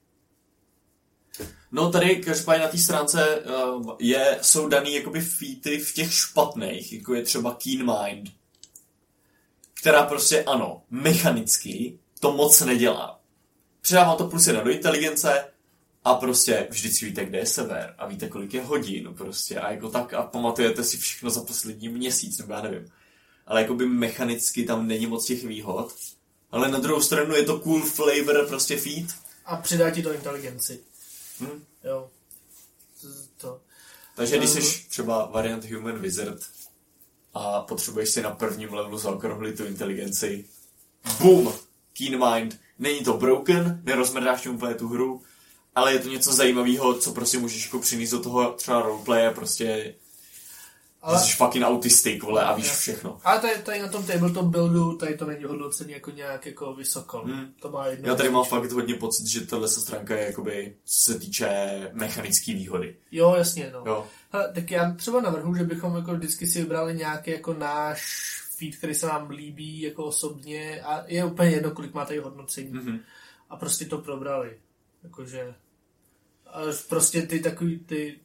No tady každopádně na té stránce uh, je, jsou daný jakoby featy v těch špatných, jako je třeba Keen Mind, která prostě ano, mechanicky to moc nedělá. Přidává to plus jedna do inteligence a prostě vždycky víte, kde je sever a víte, kolik je hodin prostě a jako tak a pamatujete si všechno za poslední měsíc, nebo já nevím. Ale jakoby mechanicky tam není moc těch výhod. Ale na druhou stranu je to cool flavor prostě feat. A přidá ti to inteligenci. Hm. Jo. To. Takže když jsi třeba variant Human Wizard a potřebuješ si na prvním levelu zaokrouhlit tu inteligenci, boom, Keen Mind, není to broken, nerozmrdáš tím úplně tu hru, ale je to něco zajímavého, co prostě můžeš jako přinést do toho třeba roleplaye, prostě ale... jsi fucking autistik, vole, a víš Já. všechno. Ale tady, tady na tom tabletop buildu, tady to není hodnocený jako nějak jako vysoko. Hmm. To má jedno. Já tady mám fakt hodně pocit, že tahle stránka je jakoby, co se týče mechanické výhody. Jo, jasně, no. Jo. Hele, tak já třeba navrhu, že bychom jako vždycky si vybrali nějaký jako náš feed, který se nám líbí jako osobně a je úplně jedno, kolik má tady hodnocení. Mm-hmm. A prostě to probrali. Jakože a prostě ty takový ty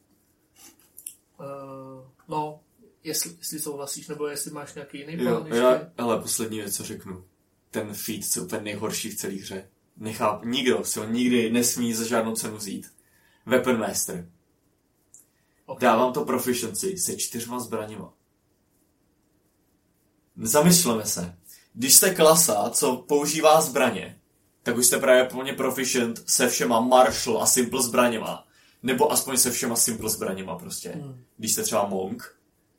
uh, no, jestli, jestli souhlasíš, nebo jestli máš nějaký jiný plán Jo, ještě. já, ale poslední věc, co řeknu. Ten feat je úplně nejhorší v celé hře. Nechápu, nikdo si ho nikdy nesmí za žádnou cenu vzít. Weapon Master. Okay. Dávám to proficiency se čtyřma zbraněma. Zamysleme se. Když jste klasa, co používá zbraně, tak už jste právě plně proficient se všema martial a simple zbraněma. Nebo aspoň se všema simple zbraněma prostě. Hmm. Když jste třeba monk.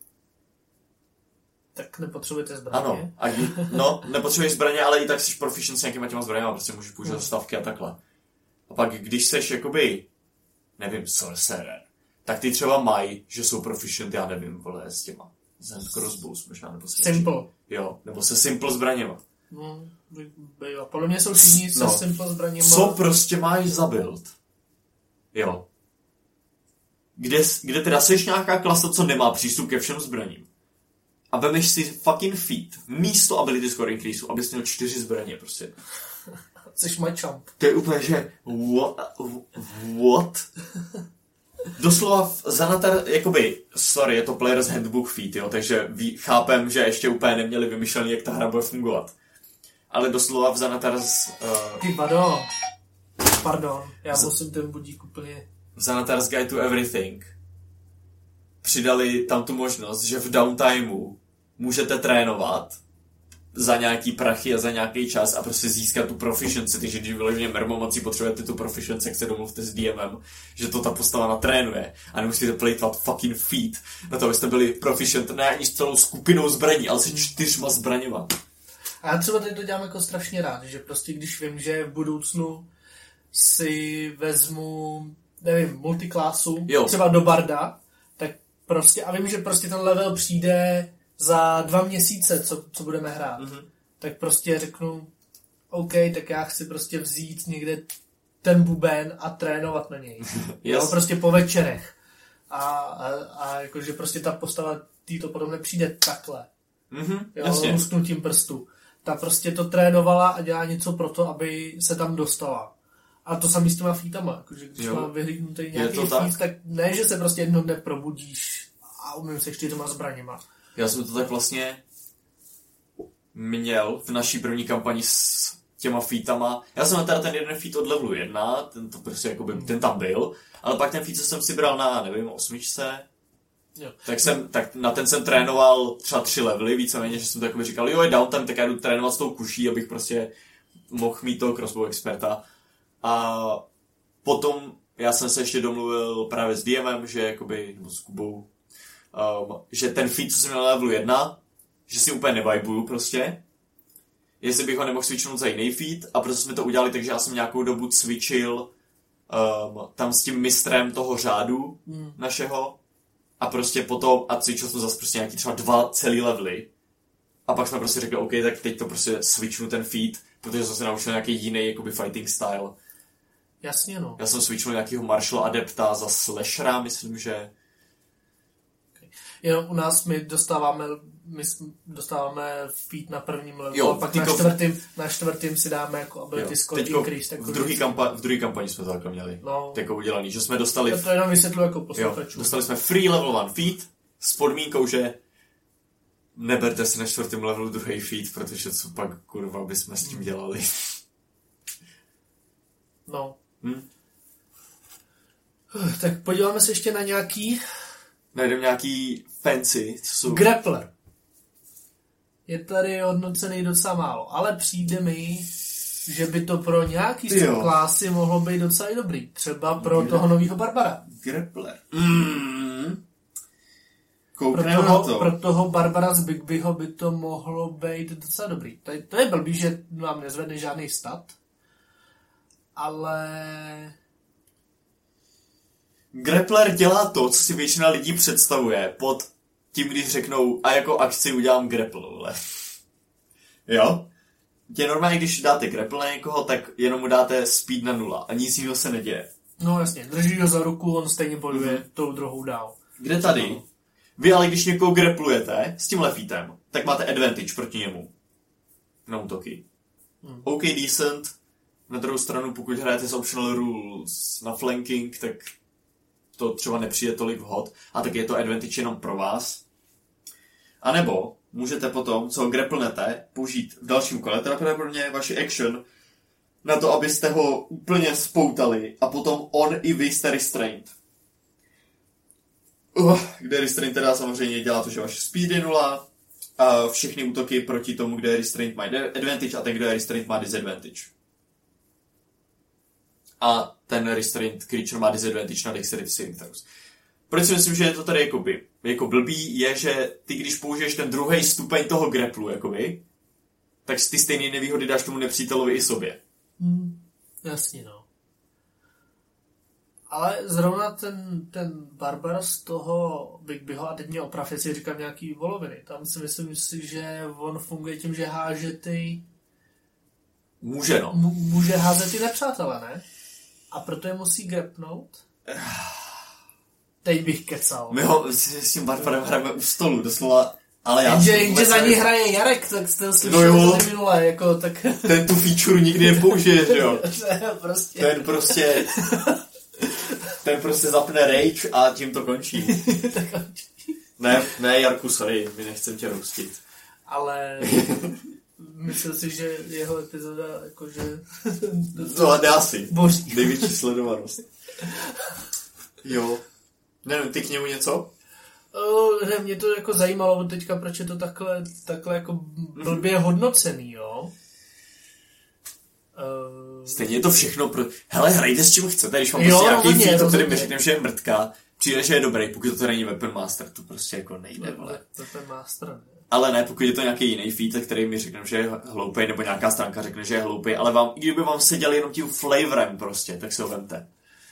Tak nepotřebujete zbraně. Ano, a kdy, no, nepotřebuješ zbraně, ale i tak jsi proficient s nějakýma těma zbraněma, prostě můžeš použít stavky a takhle. A pak, když seš jakoby, nevím, sorcerer, tak ty třeba mají, že jsou proficient, já nevím, vole, s těma Zen crossbows, možná, nebo se simple. Jo, nebo se simple zbraněma. No, bývá. Podle mě jsou všichni se no. simple zbraněma. Co prostě máš za build? Jo. Kde, kde teda seš nějaká klasa, co nemá přístup ke všem zbraním. A vemeš si fucking feat místo ability score increase, abys měl čtyři zbraně, prostě. Seš mačamp. To je úplně, že what? What? Doslova zanatar, jakoby, sorry, je to Player's Handbook feat, jo, takže ví, chápem, že ještě úplně neměli vymyšlený, jak ta hra bude fungovat. Ale doslova v Zanatar's... Uh, Ty vado. Pardon, já z... musím ten budík úplně... V Zanatar's Guide to Everything přidali tam tu možnost, že v downtimeu můžete trénovat za nějaký prachy a za nějaký čas a prostě získat tu proficiency, takže když vyloženě mermomocí potřebujete tu proficiency, jak se domluvte s DMem, že to ta postava natrénuje a nemusíte plejtvat fucking feat na to, abyste byli proficient ne ani s celou skupinou zbraní, ale se čtyřma zbraněma. A já třeba tady to dělám jako strašně rád, že prostě když vím, že v budoucnu si vezmu, nevím, multiklásu, jo. třeba do barda, tak prostě, a vím, že prostě ten level přijde za dva měsíce, co, co budeme hrát, mm-hmm. tak prostě řeknu, OK, tak já chci prostě vzít někde ten buben a trénovat na něj. Yes. Jo, prostě po večerech. A, a, a jakože prostě ta postava tý to potom nepřijde takhle. Mm-hmm, jo, lusknutím prstu. Ta prostě to trénovala a dělá něco pro to, aby se tam dostala. A to samý s těma featama. Jakože když mám vyhlídnutý nějaký feat, tak? tak ne, že se prostě jedno dne probudíš a umím se čtyřma zbraněma. Já jsem to tak vlastně měl v naší první kampani s těma featama. Já jsem teda ten jeden feat od levelu jedna, ten, to prostě jakoby, hmm. ten tam byl, ale pak ten feat, co jsem si bral na, nevím, osmičce, jo. Tak, jsem, tak na ten jsem trénoval třeba tři levely, víceméně, že jsem to jakoby říkal, jo, je downtime, tak já jdu trénovat s tou kuší, abych prostě mohl mít toho crossbow experta. A potom já jsem se ještě domluvil právě s DMem, že jakoby, nebo s Kubou, Um, že ten feat, co jsem měl na levelu jedna, že si úplně nevibuju prostě. Jestli bych ho nemohl switchnout za jiný feat, a proto jsme to udělali, takže já jsem nějakou dobu cvičil um, tam s tím mistrem toho řádu hmm. našeho a prostě potom, a cvičil jsem zase prostě nějaký třeba dva celý levely. A pak jsme prostě řekli, OK, tak teď to prostě switchnu ten feat, protože jsem se naučil nějaký jiný jakoby fighting style. Jasně, no. Já jsem switchnul nějakýho martial adepta za slashera, myslím, že jenom u nás my dostáváme, my dostáváme feat na prvním levelu jo, a pak na čtvrtým, na čtvrtým si dáme jako ability score increase. V druhé kampa, kampani jsme to takhle měli. No. Jako udělaný, že jsme dostali... Já to jenom vysvětlu jako posluchačů. Dostali jsme free level one feat s podmínkou, že neberte si na čtvrtém levelu druhý feat, protože co pak kurva bychom s tím dělali. No. Hm? Tak podíváme se ještě na nějaký... Najdeme nějaký fancy, co jsou... Grappler. Je tady hodnocený docela málo, ale přijde mi, že by to pro nějaký subklásy mohlo být docela dobrý. Třeba pro Gra- toho novýho Barbara. Grappler. Mm. Pro toho, pro toho Barbara z Bigbyho by to mohlo být docela dobrý. To je, to je blbý, že nám nezvedne žádný stat, ale... Grappler dělá to, co si většina lidí představuje pod tím, když řeknou a jako akci udělám grapple. Jo? Je normálně, když dáte grapple na někoho, tak jenom mu dáte speed na nula a nic jiného se neděje. No jasně, drží ho za ruku, on stejně bojuje mm-hmm. tou druhou dál. Kde tady? No. Vy ale když někoho grapplujete s tím lefítem, tak máte advantage proti němu. Na útoky. Mm. OK, decent. Na druhou stranu, pokud hrajete s optional rules na flanking, tak to třeba nepřijde tolik vhod, a tak je to advantage jenom pro vás. A nebo můžete potom, co ho grapplnete, použít v dalším kole, teda pravděpodobně vaši action, na to, abyste ho úplně spoutali a potom on i vy jste restrained. Uh, kde restrained teda samozřejmě dělá to, že vaše speed je nula a všechny útoky proti tomu, kde je restrained, mají advantage a ten, kdo je restrained, má disadvantage. a ten restrained creature má disadvantage na dexterity saving throws. Proč si myslím, že je to tady jakoby, jako blbý, je, že ty když použiješ ten druhý stupeň toho grapplu, jakoby, tak ty stejné nevýhody dáš tomu nepřítelovi i sobě. Hmm, jasně, no. Ale zrovna ten, ten barbar z toho Bigbyho, a teď mě oprav, jestli říkám nějaký voloviny, tam si myslím si, že on funguje tím, že háže ty... Může, no. M- může házet ty nepřátelé, ne? A proto je musí grepnout? Teď bych kecal. My ho s, s tím barbarem hrajeme u stolu, doslova, ale já... Jenže, jenže za ní hraje Jarek, tak jste slyšeli no tady minule, jako tak... Ten tu feature nikdy nepoužije, že jo? prostě... Ten prostě... Ten prostě zapne rage a tím to končí. ne, ne, Jarku, sorry, my nechcem tě roustit. Ale... Myslím si, že jeho epizoda, jakože... To jde asi. Boží. Největší sledovanost. Jo. Nevím, ty k němu něco? Uh, ne, mě to jako zajímalo od teďka, proč je to takhle, takhle jako blbě hodnocený, jo? Uh... Stejně je to všechno pro... Hele, hrajte s čím chcete, když mám Jo, prostě nějaký rozhodně, feat, který mi rozhodně. řekneme, že je mrtka, přijde, že je dobrý, pokud to není Weapon Master, to prostě jako nejde, vole. Weapon Master, ne? Ale ne, pokud je to nějaký jiný feat, který mi řekne, že je hloupej, nebo nějaká stránka řekne, že je hloupej, ale vám, i kdyby vám seděl jenom tím flavorem prostě, tak si ho vemte.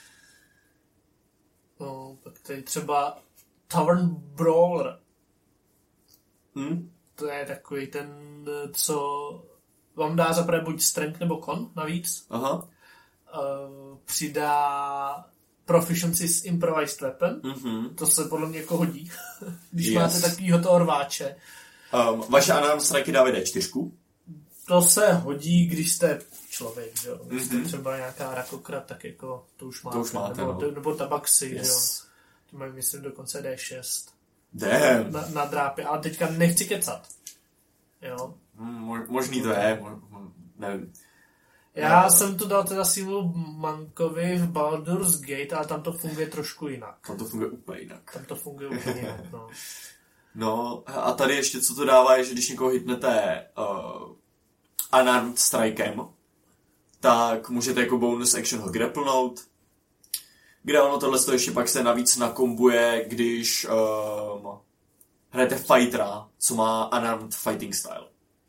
No, tak tady třeba Tavern Brawler. Hm? To je takový ten, co vám dá zaprvé buď strength nebo con navíc. Aha. Uh, přidá proficiency s improvised weapon. Mm-hmm. To se podle mě jako hodí. Když Yes. máte takovýho toho rváče. Um, vaše unarmed strike dávají D čtyři. To se hodí, když jste člověk, že jo. Když jste Mhm. třeba nějaká rakokrat, tak jako to už máte. To už máte, nebo, no. nebo tabaxi, Yes. že jo. To mají, myslím, dokonce D šest. Damn. Na, na drápy, ale teďka nechci kecat. Jo. Hmm, mo- možný to je, mo- mo- nevím. Já No. jsem to dal teda sílu Mankovi v Baldur's Gate, ale tam to funguje trošku jinak. Tam to funguje úplně jinak. Tam to funguje úplně jinak, no. No a tady ještě co to dává je, že když někoho hitnete uh, unarmed strikem, tak můžete jako bonus action ho grapplenout, kde ono tohle ještě pak se navíc nakombuje, když um, hrajete fightera, co má unarmed fighting style.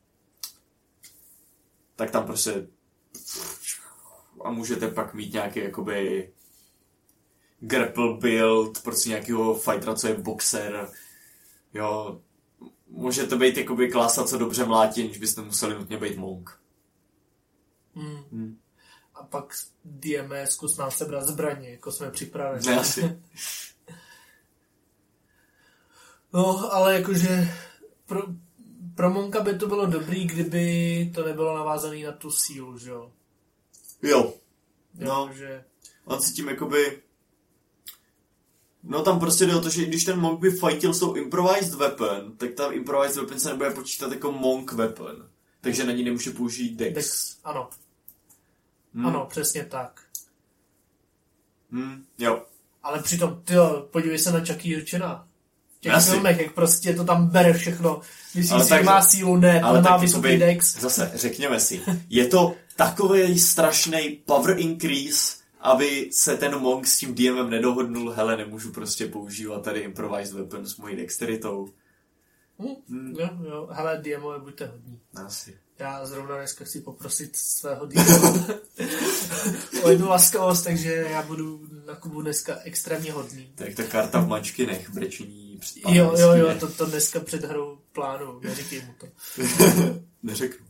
Tak tam prostě a můžete pak mít nějaký jakoby grapple build, prostě nějakého fightera, co je boxer. Jo, může to být jakoby klasa, co dobře mlátí, než byste museli nutně být monk. Mm. Hmm. A pak D M S, zkus nám sebrat zbraně, jako jsme připraveni. Ne, asi. No, ale jakože pro, pro Monka by to bylo dobrý, kdyby to nebylo navázané na tu sílu, že jo? Jo. Jo, No. že... On si tím jakoby... No tam prostě jde o to, že když ten monk by fightil s tou improvised weapon, tak ta improvised weapon se nebude počítat jako monk weapon. Takže na ní nemůže použít dex. Dex, ano. Hmm. Ano, přesně tak. Hmm. Jo. Ale přitom, tyjo, podívej se na Chucky Urchina. V těch Asi. filmech, jak prostě to tam bere všechno. Myslíš Ale si, tak- že má sílu, ne, to ale má tak vysoký jakoby- dex. Zase, řekněme si, je to takový strašný power increase, aby se ten monk s tím DMem nedohodnul, hele, nemůžu prostě používat tady improvised weapon s mojí dexteritou. Hm, Hmm. jo, jo, hele, D M O, buďte hodní. Asi. Já zrovna dneska chci poprosit svého D M O o jednu laskavost, takže já budu na Kubu dneska extrémně hodný. Tak ta karta v mačkinech, brečení před pánem Jo, jo, jo, jeskyně. to, to dneska před hrou plánu, neříkej mu to. Neřeknu.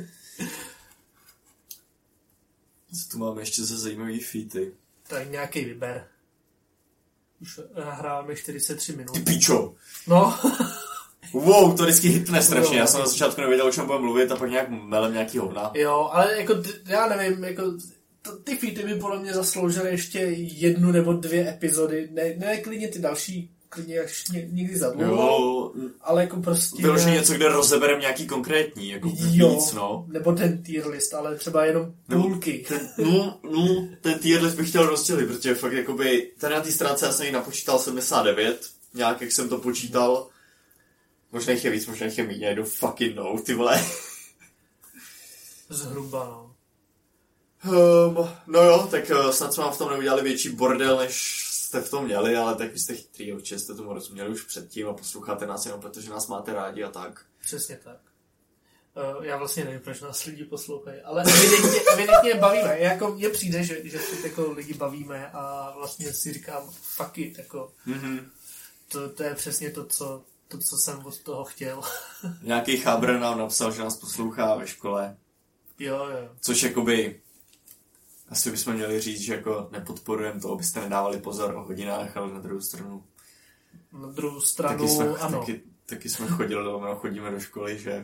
Co tu máme ještě za zajímavý featy? Tak nějaký vyber. Už nahráváme čtyřicet tři minut. Ty pičo! No, Wow, to vždycky hitne strašně. Jo. Já jsem na začátku nevěděl, o čem budeme mluvit a pak nějak melem nějaký hovna. jo, ale jako, ty- já nevím, jako, to, ty featy by podle mě zasloužily ještě jednu nebo dvě epizody, ne, ne klidně ty další, klidně až ně, někdy za dlouho, Jo, ale jako prostě... vyloženě něco, kde rozeberem nějaký konkrétní, jako Jo, víc, no. nebo ten tier list, ale třeba jenom půlky. Ten, no, no, ten tier list bych chtěl rozdělit, protože fakt jakoby, tady na té stránce já jsem ji napočítal sedmdesát devět, nějak jak jsem to počítal. Možná jich je víc, možná jich je méně, I don't fucking know, ty vole. Zhruba, no. Um, no jo, tak uh, snad jsme vám v tom neudělali větší bordel, než jste v tom měli, ale tak vy jste chytrý, určitě jste tomu rozuměli už předtím a posloucháte nás jenom protože nás máte rádi a tak. Přesně tak. Uh, já vlastně nevím, proč nás lidi poslouchají, ale evidentně, evidentně bavíme. Jako mně přijde, že, že se jako lidi bavíme a vlastně si říkám fuck it, jako Mm-hmm. to, to je přesně to, co, to, co jsem od toho chtěl. Nějaký chábr nám napsal, že nás poslouchá ve škole. Jo, jo. Což jakoby asi bychom měli říct, že jako nepodporujeme to, abyste nedávali pozor o hodinách, ale na druhou stranu. Na druhou stranu, taky jsme, ano. Taky, taky jsme chodili, no, chodíme do školy, že...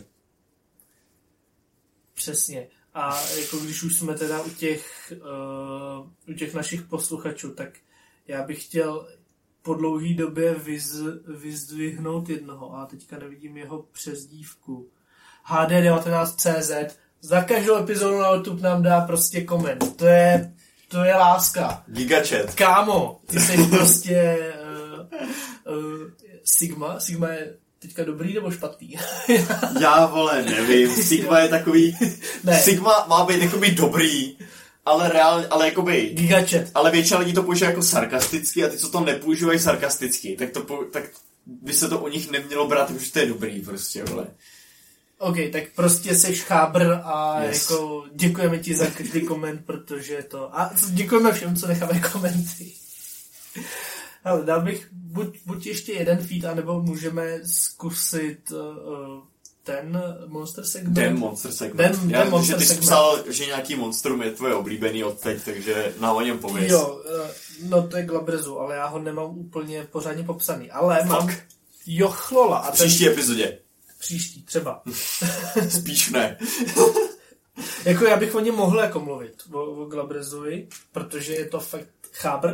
Přesně. A jako když už jsme teda u těch, uh, u těch našich posluchačů, tak já bych chtěl po dlouhý době vyz, vyzdvihnout jednoho, a teďka nevidím jeho přezdívku. H D devatenáct C Z. Za každou epizodu na YouTube nám dá prostě koment. To je, to je láska. Gigachat. Kámo, ty jsi prostě uh, uh, Sigma. Sigma je teďka dobrý nebo špatný? Já, vole, nevím. Sigma je takový... Ne. Sigma má být jakoby dobrý, ale reálně, ale jakoby... Gigachat. Ale většina lidí to používá jako sarkasticky a ty, co to nepoužívají sarkasticky, tak, to, tak by se to u nich nemělo brát, protože to je dobrý prostě, vole. OK, tak prostě seš chábr a Yes. jako děkujeme ti za každý koment, protože to... A děkujeme všem, co necháme komenty. Ale dal bych buď, buď ještě jeden feed, anebo můžeme zkusit uh, ten monster segment. Den monster segment. Den, Já den vím, monster že ty jsi segment. psal, že nějaký monstrum je tvoje oblíbený odteď, takže nám o něm pověz. Jo, uh, no to je Glabrezu, ale já ho nemám úplně pořádně popsaný. Ale mám Fuck. Jochlola. A V ten, příští epizodě. Příští, třeba. Spíš ne. Jako já bych o něm mohl jako mluvit, o, o Glabrezovi, protože je to fakt chábr.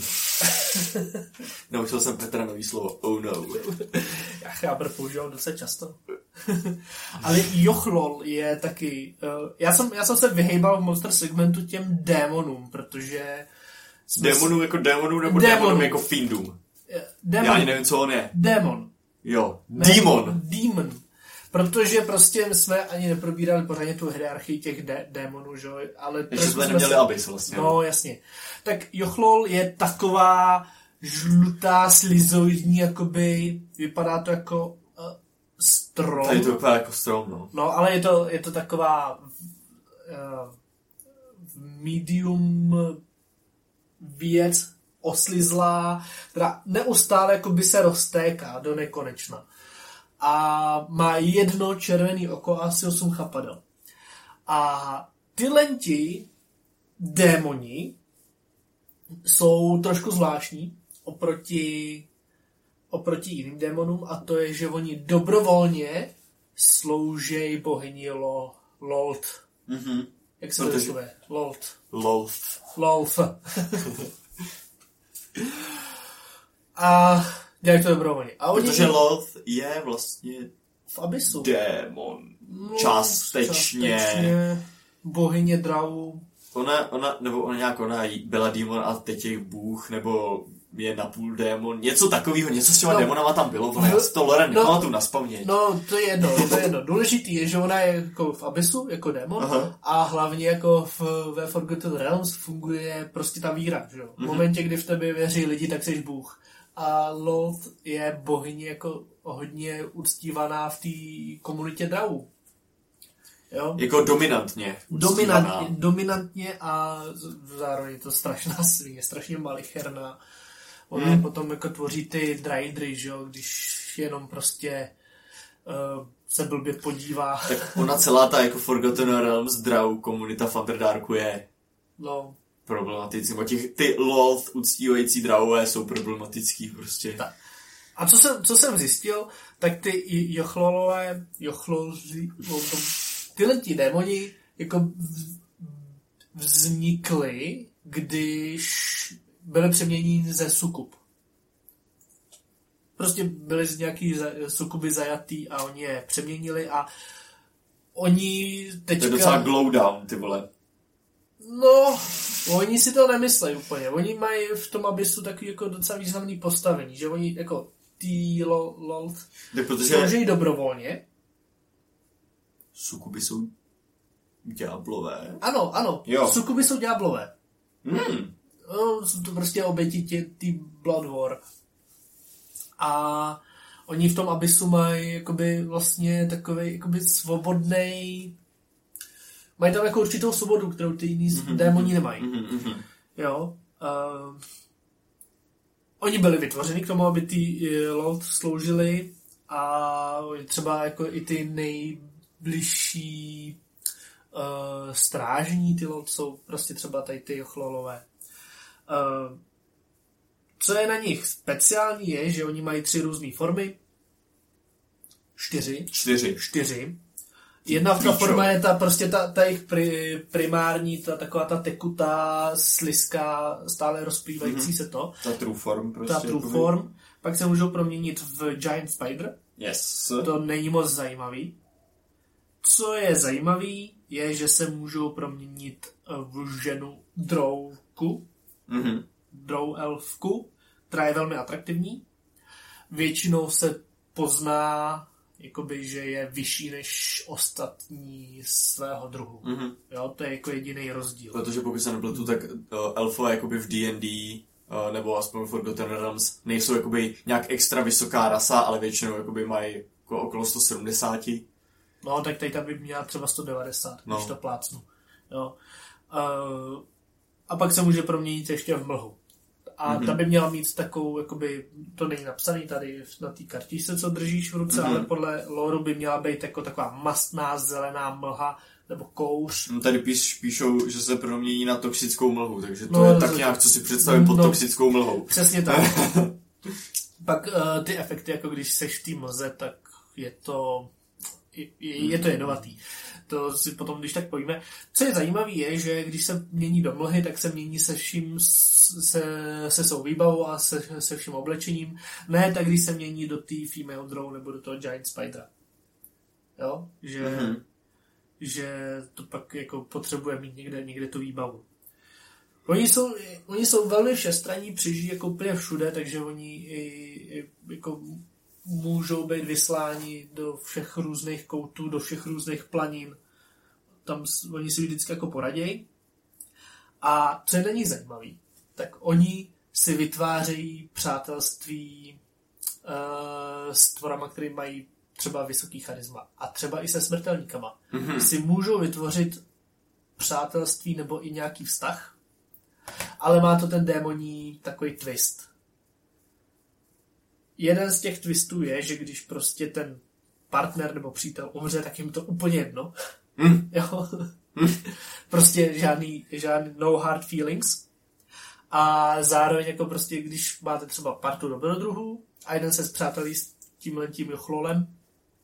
Naučil jsem Petra nový slovo. Oh no. Já chábr používám docela často. Ale Jochlol je taky... Uh, já, jsem, já jsem se vyhejbal v monster segmentu těm démonům, protože... Démonů jako démonů nebo Démonů. démonům jako fiendům? Démon. Já ani nevím, co on je. Démon. Jo. Ne, Demon. Demon. Protože prostě jsme ani neprobírali pořádně tu hierarchii těch dé- démonů, že jo? Ale Takže jsme neměli se... abys vlastně. No, jasně. Tak Jochlol je taková žlutá, slizoidní, jakoby, vypadá to jako uh, strom. Tady to vypadá jako strom, no. No, ale je to, je to taková uh, medium věc, oslizlá, která neustále jakoby se roztéká do nekonečna. A má jedno červené oko a asi osm chapadel. A tyhle ti démoni jsou trošku zvláštní oproti, oproti jiným démonům, a to je, že oni dobrovolně sloužejí bohyni Lo, Lolt. Mhm. Jak se Protože- to vyslovuje? Lolt. Loth. Lolt. A dělají to dobrovolně. A oni Protože Loth je vlastně v Abyssu. démon. No, Částečně. částečně bohyně dravů. Ona, ona, nebo ona nějak, ona byla démon a teď je bůh, nebo je napůl démon. Něco takového, něco s těma No. démonama tam bylo, ale já si to Loren No. nepamatuju na spaměť. No, to je jedno, to je jedno. Důležitý je, že ona je jako v Abyssu, jako démon, Aha. a hlavně jako v, ve Forgotten Realms funguje prostě ta víra, že jo. V Mhm. momentě, kdy v tebe věří lidi, tak jsi bůh. A Loth je bohyně jako hodně uctívaná v té komunitě dravů. Jo? Jako dominantně. Dominantně, uctívaná. dominantně a z- zároveň je to strašná svině, strašně malicherná. Ona Hmm. potom jako tvoří ty draidry, že jo, když jenom prostě uh, se blbě podívá. Tak ona celá ta jako Forgotten Realms draw komunita v Underdarku je No, problematický. Bo těch, ty Loth uctívající dravové jsou problematický prostě. tak. A co jsem, co jsem zjistil, tak ty jochlolové, jochlolzi, tyhle ti démoni jako v- vznikly, když byly přeměněni ze sukub. Prostě byly z nějaký za- sukuby zajatý a oni je přeměnili a oni teďka... To je docela glow down, ty vole. No, oni si to nemyslejí úplně. Oni mají v tom Abyssu takový jako docela významný postavení, že oni jako ty lol, lol Tak protože slouží dobrovolně. sukuby jsou ďáblové? Ano, ano. Jo. Sukuby jsou ďáblové. Hmm. No, jsou to prostě oběti tě, ty Blood War. A oni v tom Abyssu mají jakoby vlastně takovej jakoby svobodnej... Mají tam jako určitou svobodu, kterou ty jiný mm-hmm. démoni nemají. Mm-hmm. Jo. Uh, oni byli vytvořeni k tomu, aby ty Lord sloužili a třeba jako i ty nejbližší uh, strážní ty Lord jsou prostě třeba tady ty chlolové. Uh, co je na nich speciální je, že oni mají tři různé formy. Čtyři. Čtyři. Čtyři. Jedna ta forma je ta prostě ta, ta jejich pri, primární, ta taková ta tekutá, slizká, stále rozplývající mm-hmm. se to. Ta true form prostě. Ta true form. Pak se můžou proměnit v Giant Spider. Yes. To není moc zajímavý. Co je zajímavý, je, že se můžou proměnit v ženu drouku. Mm-hmm. Drow elfku, která je velmi atraktivní. Většinou se pozná, jakoby, že je vyšší než ostatní svého druhu. Mm-hmm. Jo, to je jako jediný rozdíl. Protože pokud se nepletu, tak uh, elfové jakoby v D and D uh, nebo aspoň v Forgotten Realms nejsou jakoby nějak extra vysoká rasa, ale většinou jakoby mají jako okolo sto sedmdesát. No, tak tady ta by měla třeba sto devadesát, no. Když to plácnu. Jo. Uh, a pak se může proměnit ještě v mlhu. A mm-hmm. ta by měla mít takovou, jakoby, to není napsaný tady na té kartičce, co držíš v ruce, mm-hmm. ale podle lore by měla být jako taková mastná zelená mlha, nebo kouř. No tady píš, píšou, že se promění na toxickou mlhu, takže to no, je tak nějak, co si představím pod no, toxickou mlhou. Přesně tak. Pak uh, ty efekty, jako když seš v té mlze, tak je to, je, je to jedovatý. To si potom, když tak pojíme. Co je zajímavé, je, že když se mění do mlhy, tak se mění se vším, se, se svou výbavou a se, se vším oblečením. Ne tak, když se mění do té female drow nebo do toho Giant Spidera. Jo? Že, mm-hmm. že to pak jako potřebuje mít někde, někde tu výbavu. Oni jsou, oni jsou velmi všestranní, přižijí jako úplně všude, takže oni i, i, jako můžou být vysláni do všech různých koutů, do všech různých planin. Tam oni si vždycky jako poradějí. A co je na nich zajímavý, tak oni si vytvářejí přátelství uh, s tvorama, který mají třeba vysoký charisma. A třeba i se smrtelníkama. Mm-hmm. Si můžou vytvořit přátelství nebo i nějaký vztah, ale má to ten démoní takový twist. Jeden z těch twistů je, že když prostě ten partner nebo přítel umře, tak jim to úplně jedno. Mm. Jo? Mm. Prostě žádný, žádný no hard feelings. A zároveň jako prostě, když máte třeba partu dobrodruhů a jeden se spřátelí s tímhle tím chlolem,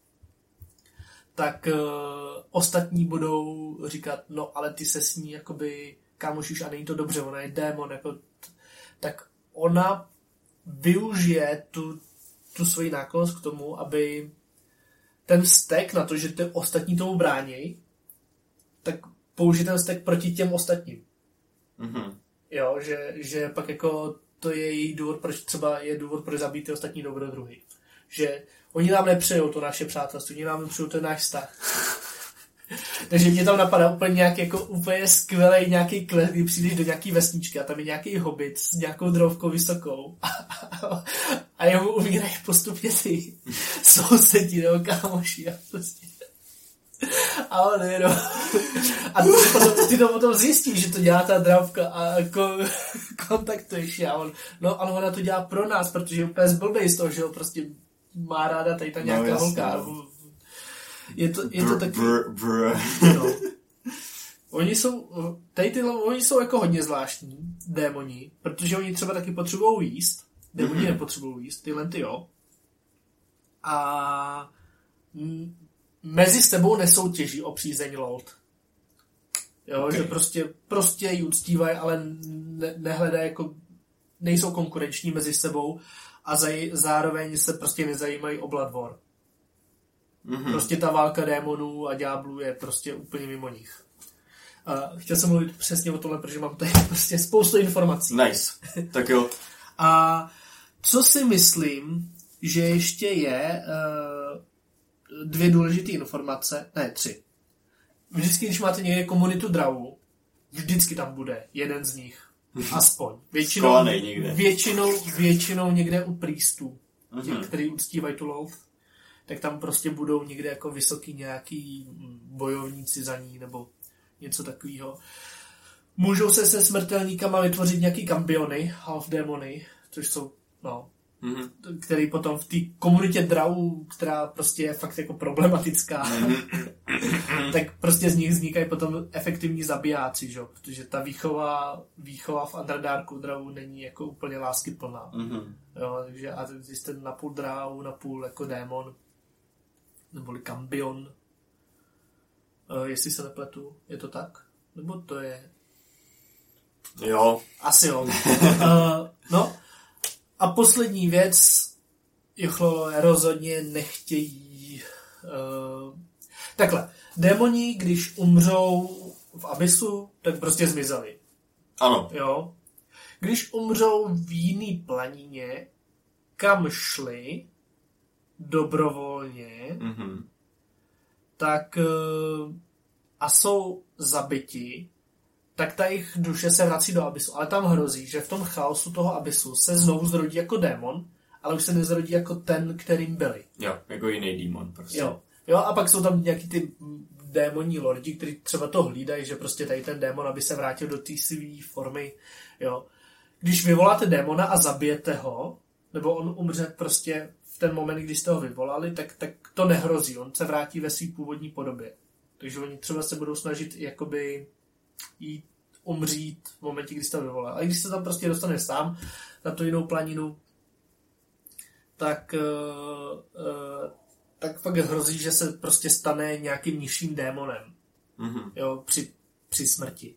tak uh, ostatní budou říkat, no ale ty se s ní jakoby kámošíš a není to dobře, ona je démon, jako t- tak ona využije tu, tu svoji náklonost k tomu, aby ten vztek na to, že ty ostatní tomu bráněj, tak použije ten vztek proti těm ostatním. Mm-hmm. Jo, že, že pak jako to je její důvod, proč třeba je důvod, proč zabít ty ostatní dobrodruhy. Že oni nám nepřejou to naše přátelství, oni nám nepřejou ten náš vztah. Takže mě tam napadá úplně nějaký jako úplně skvělej nějaký klet, kdy přijdeš do nějaký vesničky a tam je nějaký hobit s nějakou drovkou vysokou a, a, a jemu umírají postupně ty sousedí nebo kámoši a prostě. A on jenom. A ty, potom, ty to potom zjistíš, že to dělá ta dravka a ko, kontaktuješ a on, no ale ona to dělá pro nás, protože je úplně zblbej z toho, že ho prostě má ráda tady ta nějaká no, holka. Je to, je to taky... Brr, brr. No. Oni jsou, tady ty, oni jsou jako hodně zvláštní, démoni, protože oni třeba taky potřebují jíst. Démoni mm-hmm. nepotřebují jíst, tyhle ty jo. A m- mezi sebou nesoutěží o přízeň Lord. Jo, okay. Že prostě, prostě ji uctívají, ale ne, nehledají jako, nejsou konkurenční mezi sebou a zaj, zároveň se prostě nezajímají o Blood War. Mm-hmm. Prostě ta válka démonů a ďáblů je prostě úplně mimo nich. A chtěl jsem mluvit přesně o tomhle, protože mám tady prostě spoustu informací. Nice. Tak jo. A co si myslím, že ještě je uh, dvě důležité informace, ne tři. vždycky, když máte někde komunitu dravů, vždycky tam bude jeden z nich. Aspoň. Většinou, většinou, většinou někde u priestů, těch, který uctívají tu louv, tak tam prostě budou někde jako vysoký nějaký bojovníci za ní, nebo něco takového. Můžou se se smrtelníkama vytvořit nějaký kampiony, half démony, což jsou, no, mm-hmm. který potom v té komunitě dravů, která prostě je fakt jako problematická, mm-hmm. tak prostě z nich vznikají potom efektivní zabijáci, že? Protože ta výchova, výchova v Underdarku dravů není jako úplně láskyplná. Mm-hmm. Jo, takže a jste napůl dráv, napůl jako démon, neboli kampion. E, jestli se nepletu, je to tak? Nebo to je... Jo. Asi jo. uh, no. A poslední věc, Jochlolové rozhodně nechtějí... Uh, takhle. Démoni, když umřou v Abyssu, tak prostě zmizeli. Ano. Jo. Když umřou v jiný planině, kam šli dobrovolně, mm-hmm. tak uh, a jsou zabiti, tak ta jejich duše se vrací do Abyssu. Ale tam hrozí, že v tom chaosu toho Abyssu se znovu zrodí jako démon, ale už se nezrodí jako ten, kterým byli. Jo, jako jiný démon prostě. Jo. Jo, a pak jsou tam nějaký ty démonní lordi, kteří třeba to hlídají, že prostě tady ten démon, aby se vrátil do té své formy. Jo. Když vyvoláte démona a zabijete ho, nebo on umře prostě v ten moment, když jste ho vyvolali, tak, tak to nehrozí. On se vrátí ve své původní podobě. Takže oni třeba se budou snažit jakoby jít umřít v momentě, kdy jste ho vyvolali. A když se tam prostě dostane sám na tu jinou planinu, tak uh, uh, tak fakt hrozí, že se prostě stane nějakým nižším démonem. Mm-hmm. Jo, při, při smrti.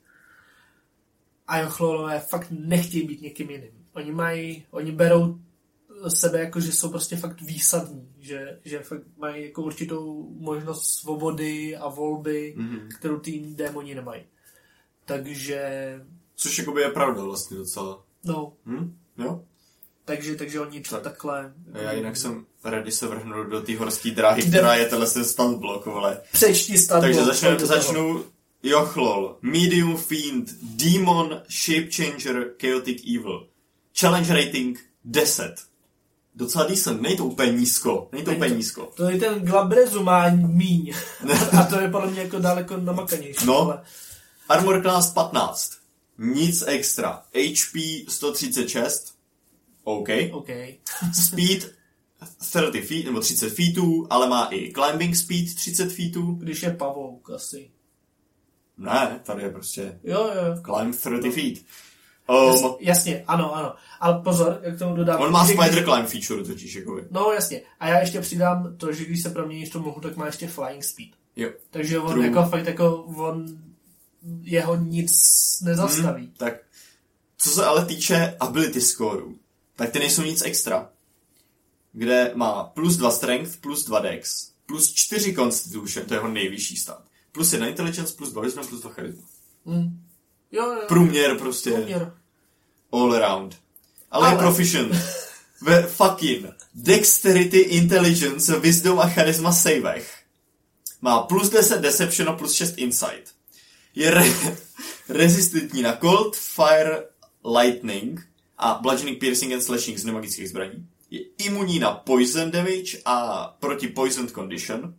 A Jochlolové fakt nechtějí být někým jiným. Oni mají, oni berou sebe jako, že jsou prostě fakt výsadní, že, že fakt mají jako určitou možnost svobody a volby, mm-hmm. kterou ty démoni nemají. Takže... Což jakoby je pravda vlastně docela. No. Hm? Jo? Takže, takže oni tak. takhle... Já jinak jsem ready se vrhnout do té horské dráhy, která je tenhle ten stand block, vole. Přečti stand Takže block. začnu, začnu Jochlol. Medium Fiend, Demon, Shapechanger, Chaotic Evil. Challenge rating deset. Docela decent, nej to úplně nízko. Nej to úplně nízko. To je ten Glabrezu má míň. A to je podle mě jako daleko namakanější. No. Ale... Armor class patnáct. Nic extra. H P sto třicet šest. OK. okay. Speed třicet feet, nebo třicet feetů, ale má i climbing speed třicet feetů. Když je pavouk asi. Ne, tady je prostě jo, jo. climb třicet no. feet. Um, um, jasně, ano, ano. Ale pozor, jak tomu dodám. On má spider když... climb feature totiž, jakoby. No jasně. A já ještě přidám to, že když se proměníš to mohu, tak má ještě flying speed. Jo. Takže on True. jako fakt jako on jeho nic nezastaví. Hmm, tak co se ale týče ability scoreu, tak ty nejsou nic extra. Kde má plus dva strength, plus dva dex, plus čtyři constitution, to je jeho nejvyšší stát. Plus jedna intelligence, plus dva wisdom, plus dva charisma. Hmm. Jo, jo. Průměr prostě. Průměr. All around. Ale, ale. je proficient ve fucking dexterity, intelligence, wisdom a charisma savech. Má plus deset deception a plus šest insight. Je re- rezistentní na cold, fire, lightning a bludgeoning, piercing and slashing z nemagických zbraní. Je imunní na poison damage a proti poisoned condition.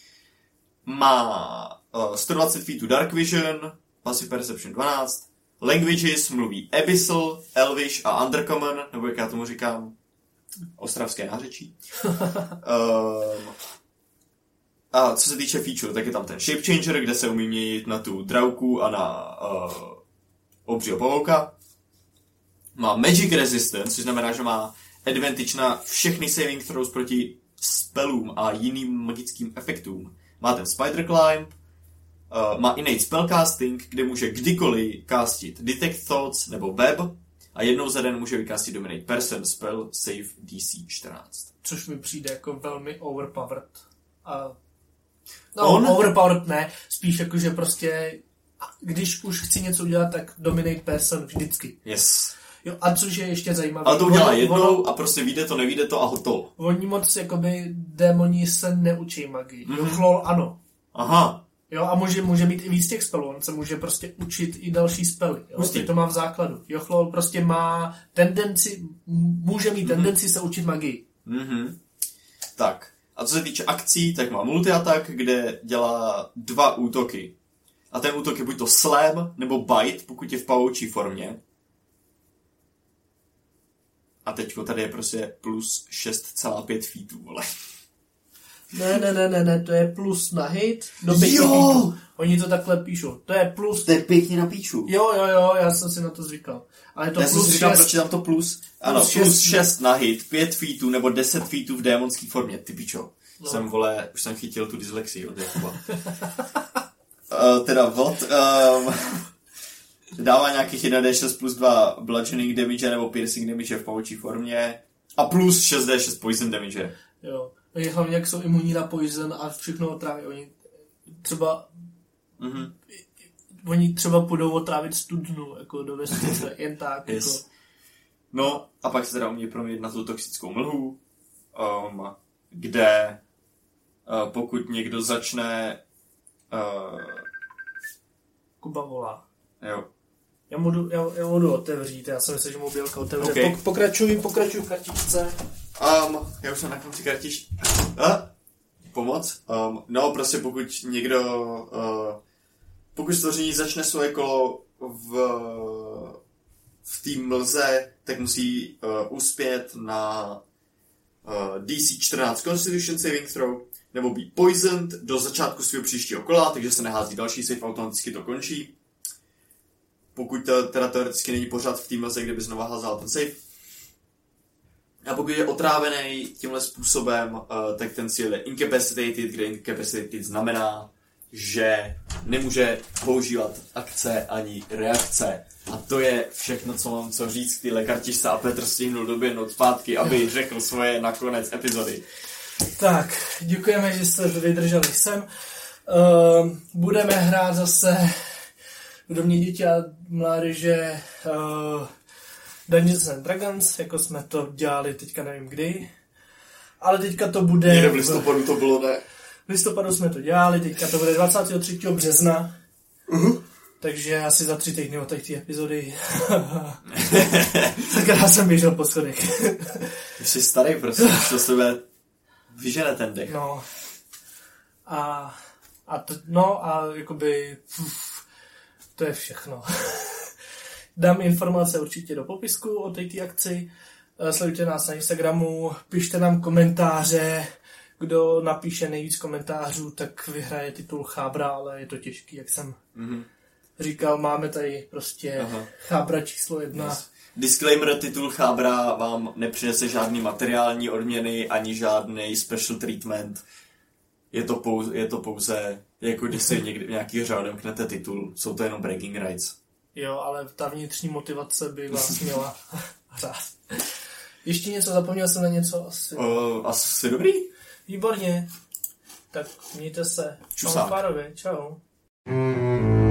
Má uh, sto dvacet feetů dark vision, passive perception dvanáct. Languages mluví Abyssal, Elvish a Undercommon, nebo jak já tomu říkám, ostravské nářečí. um, a co se týče feature, tak je tam ten Shapechanger, kde se umí měnit na tu dravku a na uh, obřího pavouka. Má Magic Resistance, což znamená, že má advantage na všechny saving throws proti spellům a jiným magickým efektům. Má ten Spider Climb, uh, má innate spellcasting, kde může kdykoliv castit Detect Thoughts nebo Web a jednou za den může vykastit Dominate Person, spell, save D C čtrnáct. Což mi přijde jako velmi overpowered. A... No, On? overpowered ne, spíš jako, že prostě když už chci něco udělat, tak Dominate Person vždycky. Yes. Jo, a což je ještě zajímavé. Ale to udělá jednou ono, a prostě vyjde to, nevyjde to a hotovo. Oni moc, jakoby, démoni se neučí magii. Mm-hmm. Jo, chlol, ano. Aha. Jo, a může, může mít i víc těch spelů, on se může prostě učit i další spely. Jo, to má v základu. Jochlol prostě má tendenci, může mít tendenci mm-hmm. se učit magii. Mm-hmm. Tak, a co se týče akcí, tak má multi-attack, kde dělá dva útoky. A ten útok je buď to slam, nebo bite, pokud je v pavoučí formě. A teďko tady je prostě plus šest celá pět feetů, vole. Ne, ne, ne, ne, ne, to je plus na hit do pěti feetů. Oni to takhle píšou. To je plus... To je pěkně na píču. Jo, jo, jo, já jsem si na to zvykal. Ale to já plus jsem si říkal, šest... proč je tam to plus? Ano, plus, plus šest na hit, pět feetů nebo deset feetů v démonské formě, ty pičo. No. Jsem, vole, už jsem chytil tu dyslexii od Jakuba. uh, teda vod... Um, dává nějakých jedna dé šest plus dva bludgeoning damage nebo piercing damage v pavoučí formě. A plus šest dé šest poison damage. Jo. Oni hlavně jak jsou imunní na poison a všechno otráví. Oni třeba mm-hmm. oni třeba půjdou otrávit studnu jako do vesnice, jen tak. Yes. Jako. No a pak se teda umí proměnit na tu toxickou mlhu, um, kde uh, pokud někdo začne uh, Kuba volá. Jo. Já můžu, já, já můžu otevřít, já jsem myslel, že mobilka otevře. Okay. Pok, pokračuj, pokračuj v kartičce. Um, já už jsem na konci kartič. A? Pomoc? Um, no, prostě pokud někdo... Uh, pokud stvoření začne svoje kolo v, v té mlze, tak musí uh, uspět na uh, D C čtrnáct Constitution Saving Throw, nebo být poisoned do začátku svého příštího kola, takže se nehází další save, automaticky to končí. Pokud to teda teoreticky není pořád v té mlze, kde by znova házal ten save. A pokud je otrávený tímhle způsobem, uh, tak ten cíl je incapacitated, kde incapacitated znamená, že nemůže používat akce ani reakce. A to je všechno, co mám co říct k téhle kartičce a Petr stihnul doběhnout zpátky, aby řekl svoje na konec epizody. Tak, děkujeme, že jste vydrželi sem. Uh, budeme hrát zase v domě dětí a mládeže uh, Dungeons and Dragons, jako jsme to dělali teďka nevím kdy. Ale teďka to bude... Někde v listopadu to bylo, ne? V listopadu jsme to dělali, teďka to bude dvacátého třetího března. Uh-huh. Takže asi za tři týdny od té epizody. Tak já jsem běžel po schodech. Jsi starý, prostě, to sebe vyžene ten dech. No. A, a to, no a jakoby uf, to je všechno. Dám informace určitě do popisku o této akci. Sledujte nás na Instagramu, pište nám komentáře. Kdo napíše nejvíc komentářů, tak vyhraje titul Chábra, ale je to těžký, jak jsem mm-hmm. říkal. Máme tady prostě Aha. Chábra číslo jedna. Yes. Disclaimer, titul Chábra vám nepřinese žádný materiální odměny, ani žádný special treatment. Je to pouze, je to pouze jako když si někdy nějaký hře odemknete titul. Jsou to jenom bragging rights. Jo, ale ta vnitřní motivace by vás měla hrát. Ještě něco, zapomněl jsem na něco asi. Uh, asi dobrý? Výborně. Tak mějte se. Čusák. Čau.